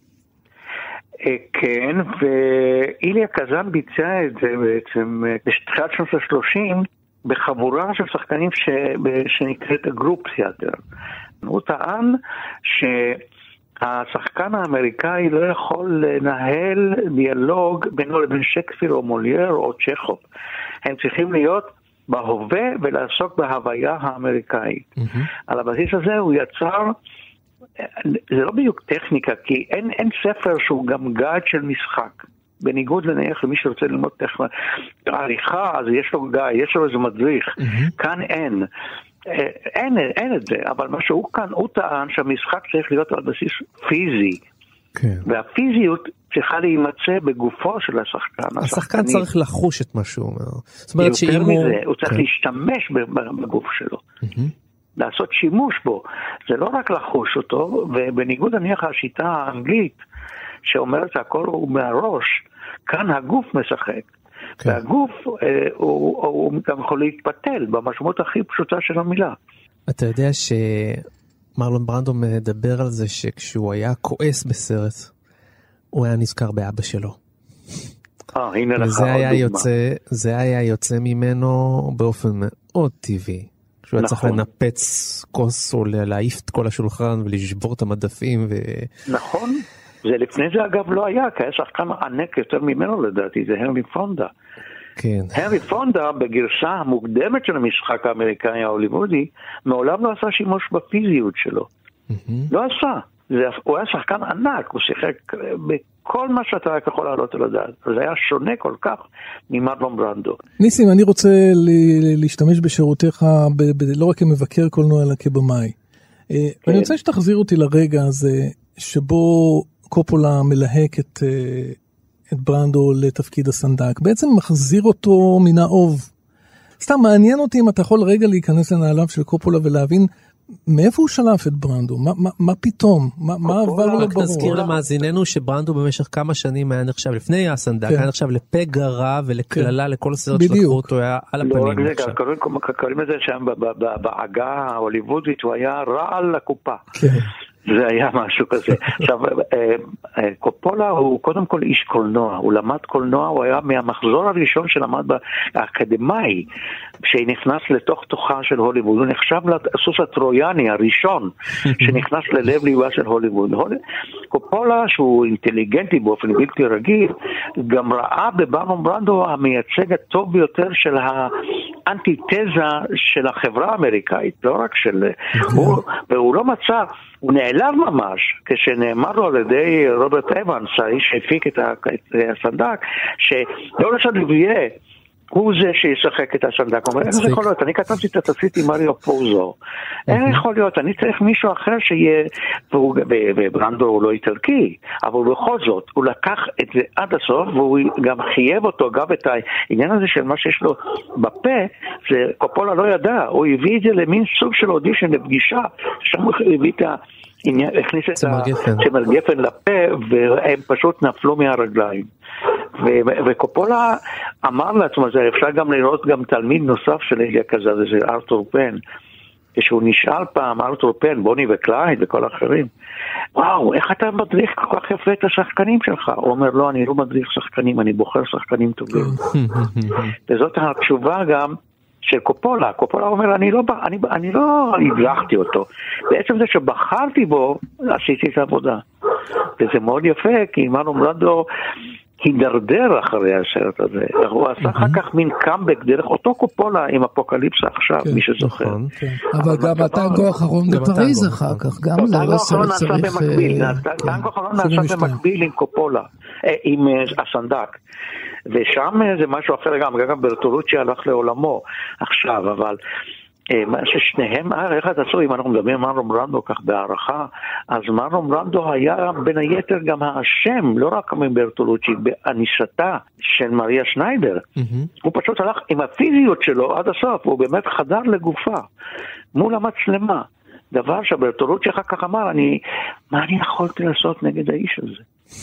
כן, ואיליה קזאן ביצע את זה בעצם בתחילת שנות ה-שלושים בחבורה של שחקנים ש... שנקראת הגרופ תיאטר. הוא טען שהשחקן האמריקאי לא יכול לנהל דיאלוג בינו לבין שייקספיר או מולייר או צ'כוב. הם צריכים להיות בהווה ולעסוק בהוויה האמריקאית. Mm-hmm. על הבסיס הזה הוא יצר... זה לא בדיוק טכניקה, כי אין, אין ספר שהוא גם גייד של משחק. בניגוד לנהיח למי שרוצה ללמוד טכניקה, עריכה, אז יש לו גייד, יש לו איזה מדריך. Mm-hmm. כאן אין. אין, אין את זה, אבל מה שהוא כאן, הוא טען שהמשחק צריך להיות על בסיס פיזי. כן. והפיזיות צריכה להימצא בגופו של השחקן. השחקן צריך לחוש את מה שהוא אומר. זאת אומרת יותר מזה, הוא צריך כן. להשתמש בגוף שלו. Mm-hmm. לעשות שימוש בו, זה לא רק לחוש אותו, ובניגוד נניח השיטה האנגלית, שאומרת שהכל הוא מהראש, כאן הגוף משחק. כן. והגוף אה, הוא, הוא גם יכול להתפתל, במשמעות הכי פשוטה של המילה. אתה יודע שמרלון ברנדו מדבר על זה, שכשהוא היה כועס בסרט, הוא היה נזכר באבא שלו. אה, הנה לך עוד דוגמה. יוצא, זה היה יוצא ממנו באופן מאוד טבעי. שהוא היה צריך לנפץ כוס או להעיף את כל השולחן ולשבור את המדפים. ו... נכון, זה לפני זה אגב לא היה, כי היה שחקן ענק יותר ממנו לדעתי, זה הנרי פונדה. כן. הנרי פונדה בגרסה המוקדמת של המשחק האמריקאי ההוליוודי, מעולם לא עשה שימוש בפיזיות שלו. Mm-hmm. לא עשה. זה, הוא היה שחקן ענק, הוא שיחק בכל מה שאתה רק יכול לעלות על הדעת. זה היה שונה כל כך ממרלון ברנדו. ניסים, אני רוצה להשתמש בשירותיך, ב- ב- לא רק כמבקר קולנוע, אלא כבמאי. כן. אני רוצה שתחזיר אותי לרגע הזה, שבו קופולה מלהק את, את ברנדו לתפקיד הסנדק. בעצם מחזיר אותו מן האוב. סתם מעניין אותי אם אתה יכול רגע להיכנס לנעליו של קופולה ולהבין מאיפה הוא שלף את ברנדו? מה, מה, מה פתאום? מה, מה עבר לו ברור? רק נזכיר למאזיננו שברנדו במשך כמה שנים היה נחשב, לפני הסנדק, היה נחשב לפגע רע ולכללה לכל סרט שלקחו אותו, היה על הפנים. לא רק זה, קוראים לזה שם בעגה ההוליוודית, הוא היה רעל לקופה. כן. זה היה משהו כזה. עכשיו, קופולה הוא קודם כל איש קולנוע, הוא למד קולנוע, הוא היה מהמחזור הראשון שלמד באקדמאי, שנכנס לתוך תוכה של הוליווד, הוא נחשב לסוס הטרויאני הראשון, שנכנס ללב ליבה של הוליווד. קופולה, שהוא אינטליגנטי באופן בלתי רגיל, גם ראה בברנון ברנדו המייצג הטוב ביותר של האנטיתזה של החברה האמריקאית, לא רק של... והוא לא מצא... הוא נעלב ממש, כשנאמר לו על ידי רוברט אבנס, האיש שהפיק את הסנדק, שלא לשד לבייה, הוא זה שישחק את הסנדק. הוא אומר, איך זה יכול להיות? אני כתבתי את התסריט עם מריו פוזו. איך יכול להיות? אני צריך מישהו אחר שיהיה, וברנדו הוא לא איטלקי, אבל בכל זאת, הוא לקח את זה עד הסוף, והוא גם חייב אותו, גם את העניין הזה של מה שיש לו בפה, זה קופולה לא ידע, הוא הביא את זה למין סוג של אודישן לפגישה, שם הוא הביא את ה... הכניס את צמר גפן לפה, והם פשוט נפלו מהרגליים. וקופולה אמר לעצמו, זה אפשר גם לראות גם תלמיד נוסף של איליה קזאן, זה ארתור פן, כשהוא נשאל פעם, ארתור פן, בוני וקלייד וכל האחרים, וואו, איך אתה מדריך כל כך יפה את השחקנים שלך? הוא אומר, לא, אני לא מדריך שחקנים, אני בוחר שחקנים טובים. וזאת התשובה גם של קופולה. קופולה אומר, אני לא, אני, אני לא הדרכתי אותו. בעצם זה שבחרתי בו, עשיתי את העבודה. וזה מאוד יפה, כי מרלון ברנדו הידרדר אחרי הסרט הזה. הוא עשה אחר כך מין קאמבק דרך אותו קופולה עם אפוקליפסה עכשיו, מי שזוכר. אבל גם הטנגו האחרון בפריז אחר כך, גם זה לא סרט צריך... הטנגו האחרון נעשה במקביל עם קופולה, עם הסנדק. ושם זה משהו אחר גם, גם ברטולוצ'י הלך לעולמו עכשיו, אבל מה ששניהם, איך את עשו, אם אנחנו מדברים מרלון ברנדו כך בהערכה, אז מרלון ברנדו היה בין היתר גם האשם, לא רק מברטולוצ'י, באניסתה של מריה שניידר. הוא פשוט הלך עם הפיזיות שלו עד הסוף, הוא באמת חדר לגופה, מול המצלמה. דבר שברטולוצ'י אחר כך אמר, אני, מה אני יכולתי לעשות נגד האיש הזה?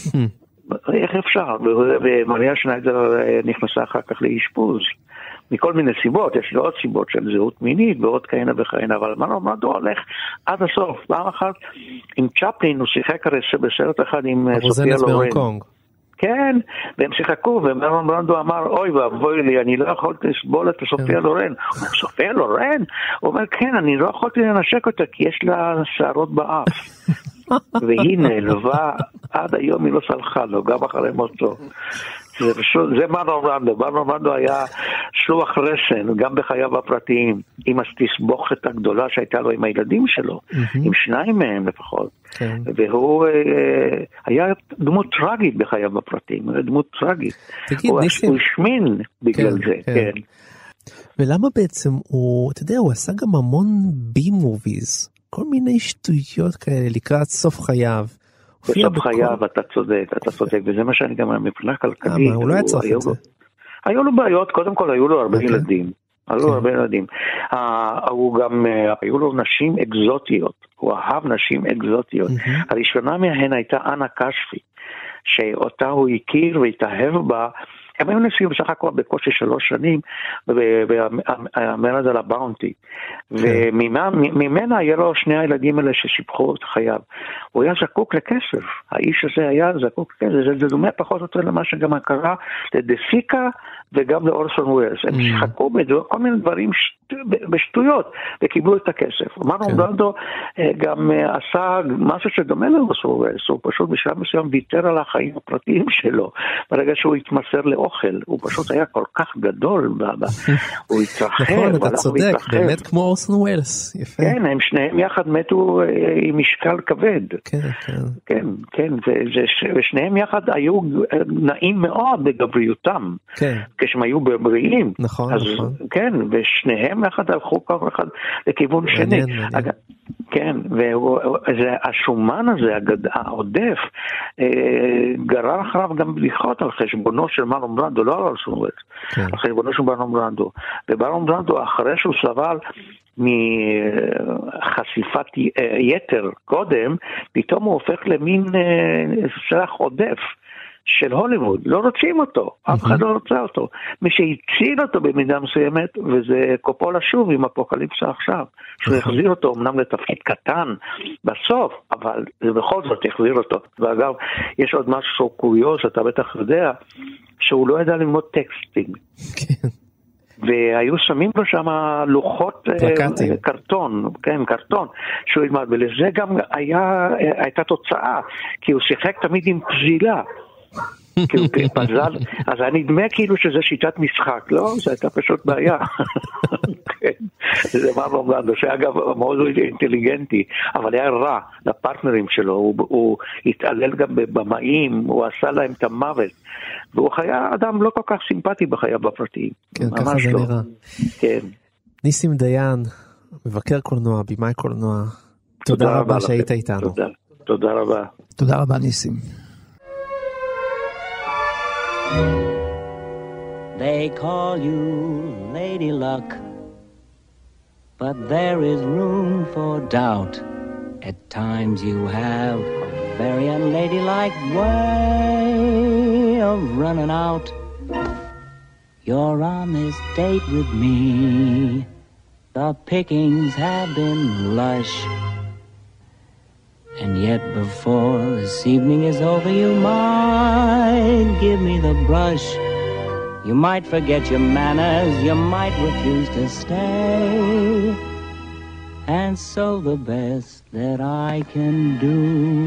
איך אפשר? ומריה שניידר נכנסה אחר כך לאשפוז. מכל מיני סיבות, יש לו עוד סיבות של זהות מינית ועוד כהנה וכהנה, אבל מרלון ברנדו הולך עד הסוף. פעם אחת עם צ'פלין הוא שיחק הרי בסרט אחד עם סופיה לורן. כן, והם שיחקו, ומרלון ברנדו אמר, אוי ואבוי לי, אני לא יכולתי לסבול את סופיה לורן. הוא אומר, סופיה לורן? הוא אומר, כן, אני לא יכולתי לנשק אותה, כי יש לה שערות באף. והיא נעלבה, עד היום היא לא סלחה לו, גם אחרי מותו. זה, זה מרלון ברנדו. מרלון ברנדו היה שלוח רסן, גם בחייו הפרטיים, עם התסבוכת הגדולה שהייתה לו עם הילדים שלו, עם שניים מהם לפחות. והוא היה דמות טרגית בחייו הפרטיים, דמות טרגית. הוא השמין בגלל זה, כן. ולמה בעצם הוא, אתה יודע, הוא עשה גם המון בי-מוביז, כל מיני שטויות כאלה לקראת סוף חייו. בסוף חייו, אתה צודק, אתה צודק, וזה מה שאני גם מבחינה כלכלית. הוא לא היה צריך את זה. היו לו בעיות, קודם כל היו לו הרבה ילדים. היו לו הרבה ילדים. הוא גם, היו לו נשים אקזוטיות. הוא אהב נשים אקזוטיות. הראשונה מהן הייתה אנה קשפי, שאותה הוא הכיר והתאהב בה. הם היו נשואים בסך הכל בקושי שלוש שנים, והמרד על הבאונטי. וממנה היה לו שני הילדים האלה ששיפחו את חייו. הוא היה זקוק לכסף. האיש הזה היה זקוק לכסף. זה דומה פחות או יותר למה שגם קרה לדפיקה וגם לאורסון ווילס. הם שיחקו בכל מיני דברים בשטויות וקיבלו את הכסף. מרלון ברנדו גם עשה משהו שדומה לאורסון ווילס. הוא פשוט בשלב מסוים ויתר על החיים הפרטיים שלו. ברגע שהוא התמסר לאוכל, הוא פשוט היה כל כך גדול. הוא התרחב. נכון, אתה צודק, באמת כמו אורסון ווילס. יפה. כן, הם שניהם יחד מתו עם משקל כבד. כן, כן. כן, כן, ושניהם יחד היו נעים מאוד בגבריותם. כן. כשהם היו בריאים. נכון, אז, נכון. כן, ושניהם יחד הלכו כל אחד לכיוון שני. אג... כן, והשומן הזה, הגד... העודף, גרר אחריו גם בדיחות על חשבונו של מרלון ברנדו, לא על אורסון ווילס, כן. על חשבונו של מרלון ברנדו. ומרלון ברנדו, אחרי שהוא סבל מחשיפת יתר קודם, פתאום הוא הופך למין סרח עודף של הוליווד, לא רוצים אותו, אף אחד לא רוצה אותו. מי שהציל אותו במידה מסוימת, וזה קופולה שוב עם אפוקליפסה עכשיו, שהוא יחזיר אותו אמנם לתפקיד קטן בסוף, אבל זה בכל זאת יחזיר אותו. ואגב, יש עוד משהו קוריוז, אתה בטח יודע, שהוא לא ידע ללמוד טקסטים. כן. והיו שמים לו שם לוחות פלקטים. קרטון, כן, קרטון, שהוא ילמד, ולזה גם היה, הייתה תוצאה, כי הוא שיחק תמיד עם פזילה. כאילו פזל, אז אני נדמה כאילו שזה שיטת משחק, לא? זה הייתה פשוט בעיה. זה מרלון ברנדו, שאגב מאוד אינטליגנטי, אבל היה רע לפרטנרים שלו, הוא התעלל גם בבמאים, הוא עשה להם את המוות, והוא היה אדם לא כל כך סימפטי בחייו הפרטיים. כן, ככה זה נראה. כן. ניסים דיין, מבקר קולנוע, בימאי קולנוע, תודה רבה שהיית איתנו. תודה רבה. תודה רבה ניסים. They call you Lady Luck, but there is room for doubt. At times you have a very unladylike way of running out. You're on this date with me, the pickings have been lush. And yet before this evening is over, you might give me the brush. You might forget your manners, you might refuse to stay. And so the best that I can do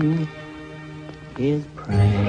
is pray.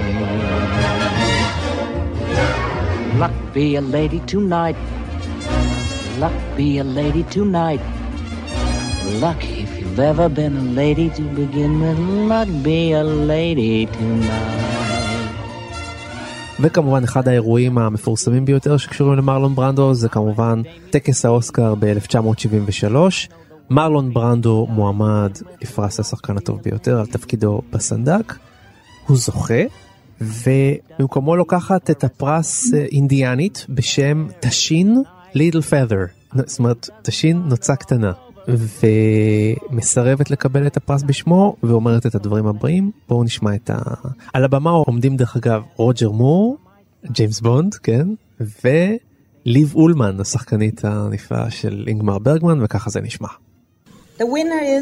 Luck be a lady tonight. Luck be a lady tonight. Luck if you've ever been a lady to begin with. Luck be a lady tonight. וכמובן אחד האירועים המפורסמים ביותר שקשורים למרלון ברנדו זה כמובן טקס האוסקר ב-אלף תשע מאות שבעים ושלוש. מרלון ברנדו מועמד לפרס השחקן הטוב ביותר על תפקידו בסנדק. הוא זוכה, ובמקומו לוקחת את הפרס אינדיאנית בשם תשין ליטל פדר, זאת אומרת תשין נוצה קטנה, ומסרבת לקבל את הפרס בשמו ואומרת את הדברים הבאים. בואו נשמע את ה... על הבמה עומדים דרך אגב רוג'ר מור, ג'יימס בונד, כן, וליב אולמן, השחקנית הנפלאה של אינגמר ברגמן, וככה זה נשמע. The winner is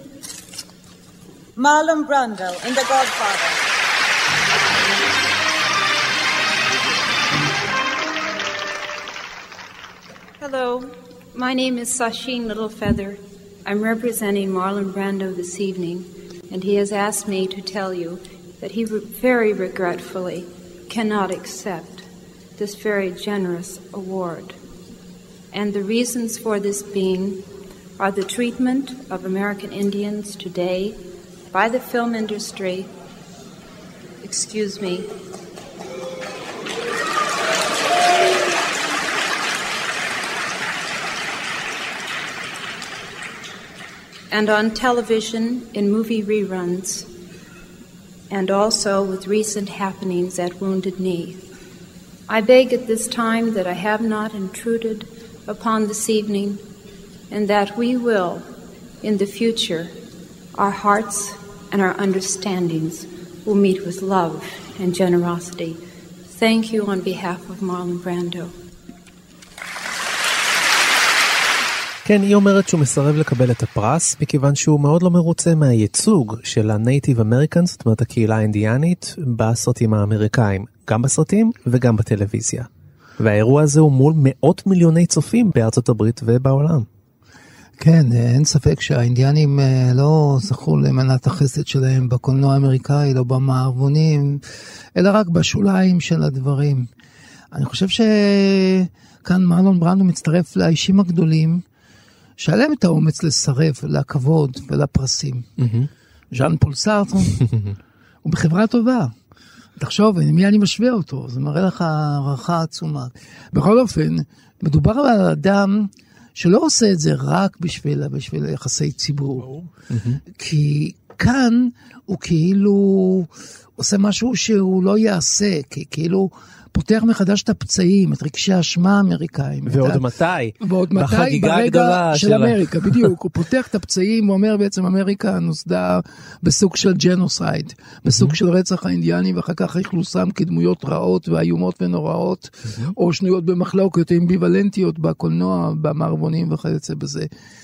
Marlon Brando in The Godfather. Hello, my name is Sasheen Littlefeather. I'm representing Marlon Brando this evening, and he has asked me to tell you that he re- very regretfully cannot accept this very generous award. And the reasons for this being are the treatment of American Indians today by the film industry, excuse me, and on television in movie reruns, and also with recent happenings at Wounded Knee. I beg at this time that I have not intruded upon this evening, and that we will, in the future, our hearts and our understandings will meet with love and generosity. Thank you on behalf of Marlon Brando. כן, היא אומרת שהוא מסרב לקבל את הפרס, מכיוון שהוא מאוד לא מרוצה מהייצוג של הנייטיב אמריקאנס, זאת אומרת הקהילה האינדיאנית, בסרטים האמריקאים, גם בסרטים וגם בטלוויזיה. והאירוע הזה הוא מול מאות מיליוני צופים בארצות הברית ובעולם. כן, אין ספק שהאינדיאנים לא זכו למנת החסד שלהם בקולנוע האמריקאי, לא במערבונים, אלא רק בשוליים של הדברים. אני חושב שכאן מרלון ברנדו מצטרף לאישים הגדולים, שעליהם את האומץ לסרב לכבוד ולפרסים. ז'אן פול סארטר, הוא בחברה טובה. תחשוב, מי אני משווה אותו? זה מראה לך הערכה עצומה. בכל אופן, מדובר על אדם שלא עושה את זה רק בשביל, בשביל יחסי ציבור. כי כאן הוא כאילו עושה משהו שהוא לא יעשה, כי כאילו פותח מחדש את הפצעים, את רגשי האשמה האמריקאים. ועוד מתי? ועוד מתי? בחגיגה הגדולה של אמריקה, בדיוק. הוא פותח את הפצעים, הוא אומר בעצם אמריקה נוסדה בסוג של ג'נוסייד, בסוג של רצח האינדיאנים, ואחר כך יחלוסם כדמויות רעות ואיומות ונוראות, או שנויות במחלוקת אמביוולנטיות בקולנוע, במערבונים וכיוצא בזה.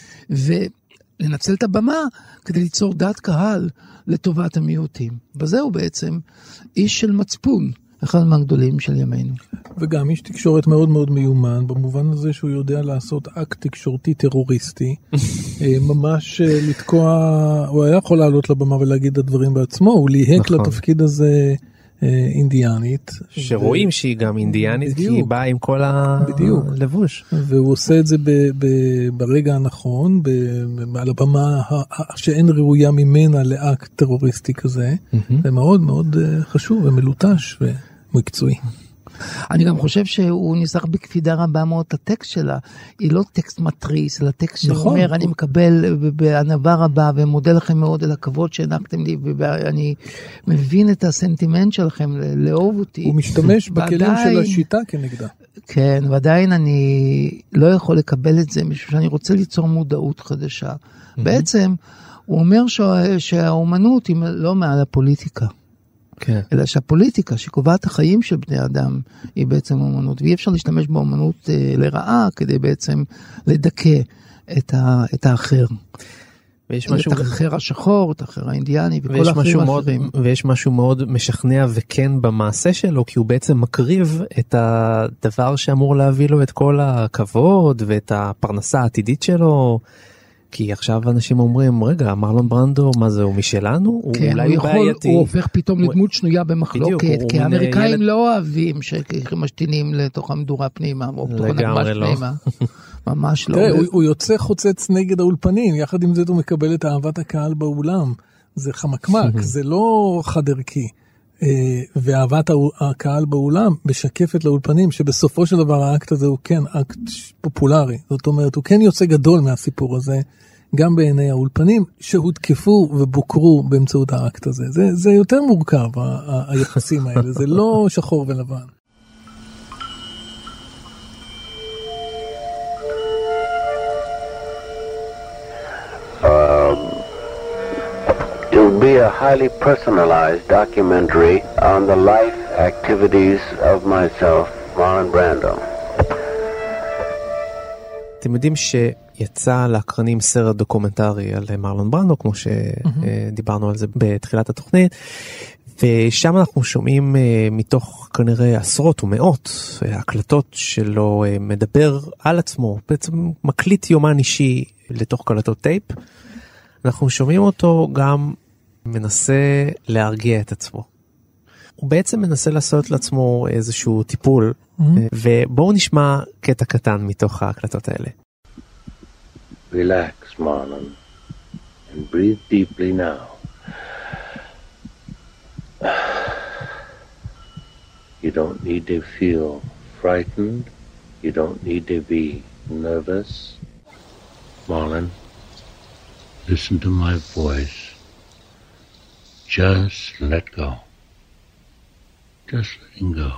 ולנצל את הבמה כדי ליצור דעת קהל לטובת המיעוטים. וזהו בעצם איש של מצפון. אחד מהגדולים של ימינו. וגם איש תקשורת מאוד מאוד מיומן, במובן הזה שהוא יודע לעשות אקט תקשורתי טרוריסטי, ממש לתקוע, הוא היה יכול לעלות לבמה ולהגיד את הדברים בעצמו, הוא ליהק לתפקיד הזה אינדיאנית. שרואים שהיא גם אינדיאנית, כי היא באה עם כל הלבוש. והוא עושה את זה ברגע הנכון, על הבמה שאין ראויה ממנה לאקט טרוריסטי כזה. זה מאוד מאוד חשוב ומלוטש ומקצועי. אני גם חושב שהוא ניסח בקפידה רבה מאוד את הטקסט שלה. היא לא טקסט מטריס, אלא טקסט שאומר, אני מקבל בענווה רבה, ומודה לכם מאוד על הכבוד שהענקתם לי, ואני מבין את הסנטימנט שלכם לאהוב אותי. הוא משתמש בכלים של השיטה כנגדה. כן, ועדיין אני לא יכול לקבל את זה, משום שאני רוצה ליצור מודעות חדשה. בעצם, הוא אומר שהאומנות היא לא מעל הפוליטיקה. כן. אלא שהפוליטיקה שקובעת החיים של בני אדם היא בעצם אומנות, ואי אפשר להשתמש באומנות אה, לרעה כדי בעצם לדכא את, ה, את האחר. ויש משהו... את האחר השחור, את האחר האינדיאני, וכל האחרים האחרים. ויש משהו מאוד משכנע וכן במעשה שלו, כי הוא בעצם מקריב את הדבר שאמור להביא לו את כל הכבוד, ואת הפרנסה העתידית שלו, כי עכשיו אנשים אומרים, רגע, מרלון ברנדו, מה זה, הוא משלנו? כן, הוא אולי הוא, יכול, בעייתי. הוא הופך פתאום הוא... לדמות שנויה במחלוקת, בדיוק, כי האמריקאים ילד... לא אוהבים שמשתינים לתוך המדורה פנימה, או בתוך הנגמש לא. פנימה. ממש לא. תראה, הוא, הוא יוצא חוצץ נגד האולפנים, יחד עם זה הוא מקבל את אהבת הקהל באולם. זה חמקמק, זה לא חד ערכי. ואהבת הקהל באולם משקפת לאולפנים, שבסופו של דבר האקט הזה הוא כן אקט פופולרי. זאת אומרת, הוא כן יוצא גדול מהסיפור הזה, גם בעיני האולפנים, שהותקפו ובוקרו באמצעות האקט הזה. זה, זה יותר מורכב, ה- היחסים האלה. זה לא שחור ולבן. It will be a highly personalized documentary on the life activities of myself, Marlon Brando. אתם יודעים שיצא לאקרנים סרט דוקומנטרי על מרלון ברנדו, כמו שדיברנו על זה בתחילת התוכנית, ושם אנחנו שומעים מתוך כנראה עשרות ומאות הקלטות שלו מדבר על עצמו, בעצם מקליט יומן אישי לתוך קלטות טייפ. אנחנו שומעים אותו גם מנסה להרגיע את עצמו. הוא בעצם מנסה לעשות לעצמו איזשהו טיפול, mm-hmm. ובואו נשמע קטע קטן מתוך ההקלטות האלה. Relax, Marlon, and breathe deeply now. You don't need to feel frightened. You don't need to be nervous. Marlon, listen to my voice. Just let go. Just letting go.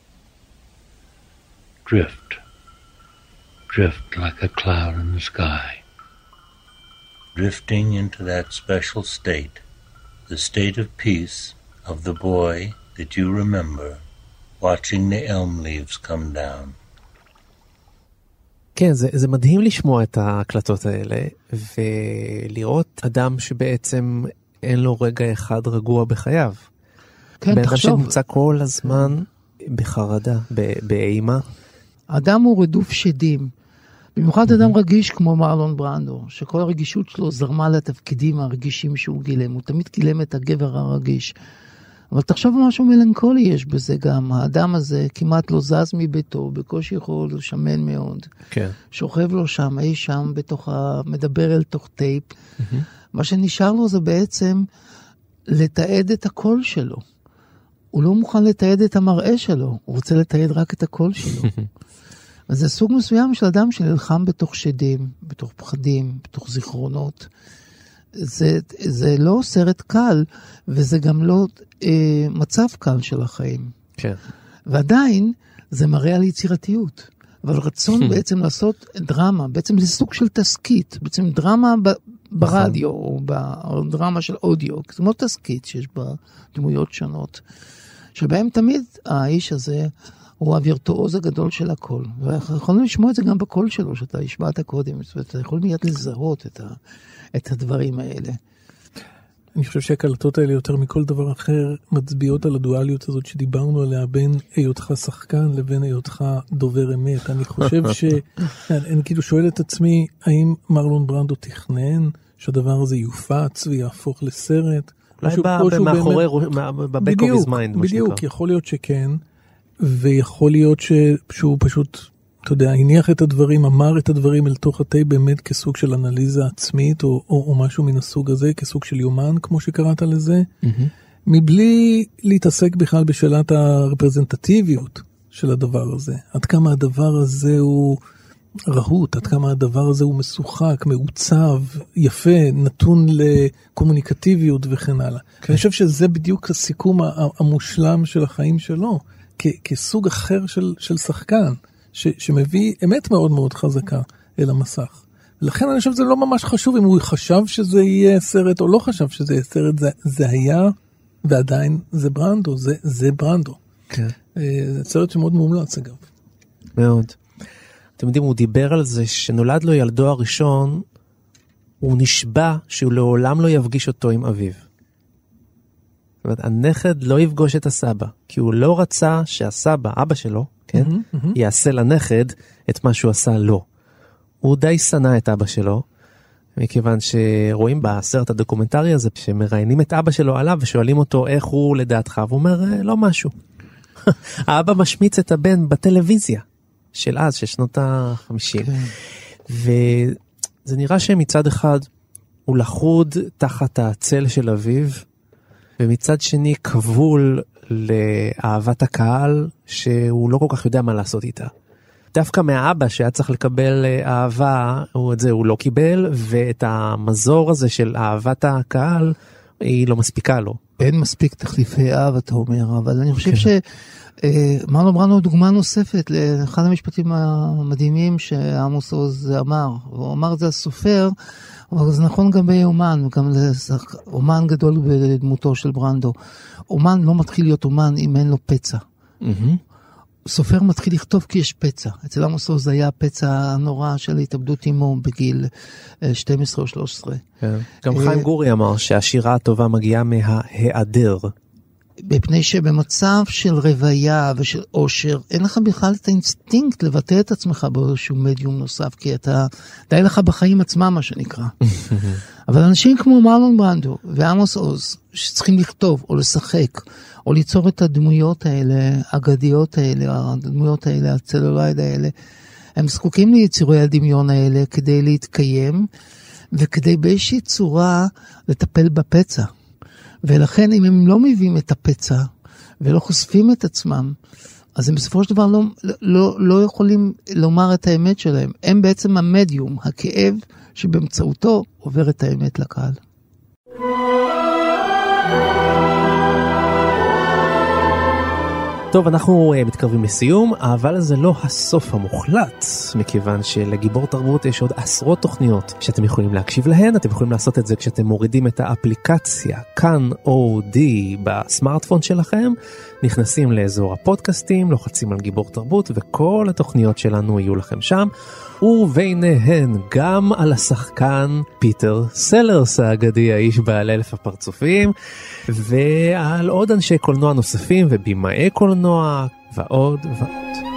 Drift. Drift like a cloud in the sky. Drifting into that special state, the state of peace of the boy that you remember, watching the elm leaves come down. כן, זה, זה מדהים לשמוע את ההקלטות האלה, ולראות אדם שבעצם אין לו רגע אחד רגוע בחייו. כן, בן תחשוב. אדם שנמצא כל הזמן בחרדה, באימה. אדם הוא רדוף שדים. במיוחד אדם רגיש כמו מרלון ברנדו, שכל הרגישות שלו זרמה לתפקידים הרגישים שהוא גילם. הוא תמיד גילם את הגבר הרגיש. אבל תחשוב משהו מלנכולי יש בזה גם. האדם הזה כמעט לא זז מביתו, בקושי יכול לשמן מאוד. כן. שוכב לו שם, אי שם, בתוך ה... מדבר אל תוך טייפ. Mm-hmm. מה שנשאר לו זה בעצם לתעד את הקול שלו. הוא לא מוכן לתעד את המראה שלו, הוא רוצה לתעד רק את הקול שלו. אז זה סוג מסוים של אדם שנלחם בתוך שדים, בתוך פחדים, בתוך זיכרונות. זה, זה לא סרט קל, וזה גם לא אה, מצב קל של החיים. כן. ועדיין זה מראה על יצירתיות. אבל רצון בעצם לעשות דרמה, בעצם זה סוג של תסקית, בעצם דרמה ב, ברדיו, או בדרמה של אודיו, זה לא תסקית שיש בה דמויות שונות, שבהם תמיד האיש הזה הוא הווירטואוז הגדול של הכל. ואנחנו יכולים לשמוע את זה גם בקול שלו, שאתה השמעת קודם, זאת אומרת, אתה יכול מיד לזהות את, ה, את הדברים האלה. אני חושב שהקלטות האלה יותר מכל דבר אחר מצביעות על הדואליות הזאת שדיברנו עליה בין היותך שחקן לבין היותך דובר אמת. אני חושב ש... אני כאילו שואל את עצמי, האם מרלון ברנדו תכנן שהדבר הזה יופץ ויהפוך לסרט? אולי מאחורי, בבק אוף היז מיינד. בדיוק, יכול להיות שכן, ויכול להיות שהוא פשוט... אתה יודע, הניח את הדברים, אמר את הדברים אל תוך התה באמת כסוג של אנליזה עצמית, או, או, או משהו מן הסוג הזה, כסוג של יומן, כמו שקראת לזה, mm-hmm. מבלי להתעסק בכלל בשאלת הרפרזנטטיביות של הדבר הזה. עד כמה הדבר הזה הוא רהוט, עד כמה הדבר הזה הוא משוחק, מעוצב, יפה, נתון לקומוניקטיביות וכן הלאה. Okay. אני חושב שזה בדיוק הסיכום המושלם של החיים שלו, כ- כסוג אחר של, של שחקן. ש, שמביא אמת מאוד מאוד חזקה אל המסך. לכן אני חושב שזה לא ממש חשוב אם הוא חשב שזה יהיה סרט או לא חשב שזה יהיה סרט, זה, זה היה ועדיין זה ברנדו, זה, זה ברנדו. כן. זה סרט שמאוד מומלץ אגב. מאוד. אתם יודעים, הוא דיבר על זה שנולד לו ילדו הראשון, הוא נשבע שהוא לעולם לא יפגיש אותו עם אביו. זאת אומרת, הנכד לא יפגוש את הסבא, כי הוא לא רצה שהסבא, אבא שלו, כן, mm-hmm, mm-hmm. יעשה לנכד את מה שהוא עשה לו. הוא די שנא את אבא שלו, מכיוון שרואים בסרט הדוקומנטרי הזה, שמראיינים את אבא שלו עליו, ושואלים אותו איך הוא לדעתך, והוא אומר, לא משהו. האבא משמיץ את הבן בטלוויזיה, של אז, של שנות ה-חמישים. Okay. וזה נראה שמצד אחד, הוא לחוד תחת הצל של אביו, ומצד שני כבול לאהבת הקהל, שהוא לא כל כך יודע מה לעשות איתה. דווקא מהאבא שהיה צריך לקבל אהבה, הוא את זה הוא לא קיבל, ואת המזור הזה של אהבת הקהל, היא לא מספיקה לו. אין מספיק תחליפי אהב, אתה אומר, אבל אני חושב ש... מרלון ברנדו דוגמה נוספת לאחד המשפטים המדהימים שעמוס עוז אמר, הוא אמר את זה הסופר, אבל זה נכון גם באומן, גם אומן גדול בדמותו של ברנדו. אומן לא מתחיל להיות אומן אם אין לו פצע. סופר מתחיל לכתוב כי יש פצע. אצל עמוס עוז היה הפצע הנורא של התאבדות אמו בגיל שתים עשרה או שלוש עשרה. גם חיים גורי אמר שהשירה הטובה מגיעה מההיעדר. בפני שבמצב של רוויה ושל עושר, אין לך בכלל את האינסטינקט לבטא את עצמך באיזשהו מדיום נוסף, כי אתה, די לך בחיים עצמם, מה שנקרא. אבל אנשים כמו מרלון ברנדו ועמוס עוז, שצריכים לכתוב או לשחק, או ליצור את הדמויות האלה, האגדיות האלה, הדמויות האלה, הצלולייד האלה, הם זקוקים ליצירי הדמיון האלה כדי להתקיים, וכדי באיזושהי צורה לטפל בפצע. ולכן אם הם לא מביאים את הפצע ולא חושפים את עצמם, אז הם בסופו של דבר לא, לא, לא יכולים לומר את האמת שלהם. הם בעצם המדיום, הכאב שבאמצעותו עובר את האמת לקהל. טוב, אנחנו uh, מתקרבים לסיום, אבל זה לא הסוף המוחלט, מכיוון שלגיבור תרבות יש עוד עשרות תוכניות שאתם יכולים להקשיב להן. אתם יכולים לעשות את זה כשאתם מורידים את האפליקציה כאן אודי בסמארטפון שלכם, נכנסים לאזור הפודקאסטים, לוחצים על גיבור תרבות, וכל התוכניות שלנו יהיו לכם שם. וביניהן גם על השחקן פיטר סלרס האגדי, האיש בעל אלף הפרצופים, ועל עוד אנשי קולנוע נוספים ובימאי קולנוע ועוד ועוד.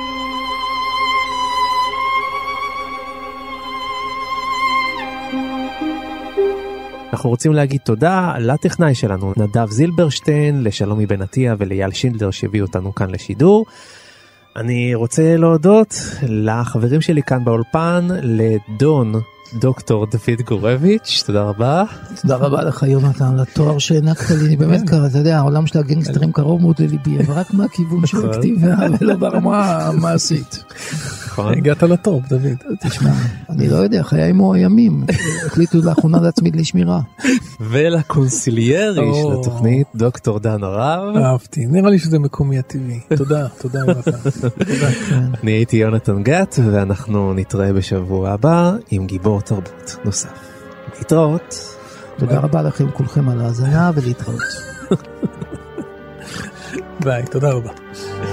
אנחנו רוצים להגיד תודה לטכנאי שלנו נדב זילברשטיין, לשלומי בן עטיה ולאייל שינדלר שהביאו אותנו כאן לשידור. אני רוצה להודות לחברים שלי כאן באולפן, לדון דוקטור דוד גורביץ', תודה רבה. תודה רבה לך יונתן, לתואר שהענקת לי, אני באמת קרה, אתה יודע, העולם של הגנגסטרים קרוב מאוד לליבי, אבל רק מהכיוון של הכתיבה ולא ברמה המעשית. הגעת לטוב, דוד. תשמע, אני לא יודע, חיי מו הימים, החליטו לאחרונה להצמיד לשמירה. ולקונסיליירי של התוכנית, דוקטור דן הרב. אהבתי, נראה לי שזה מקומי הטבעי. תודה, תודה יונתן. אני הייתי יונתן גת, ואנחנו נתראה בשבוע הבא עם גיבור תרבות נוסף. להתראות. תודה רבה לכם כולכם על ההאזנה ולהתראות. ביי, תודה רבה.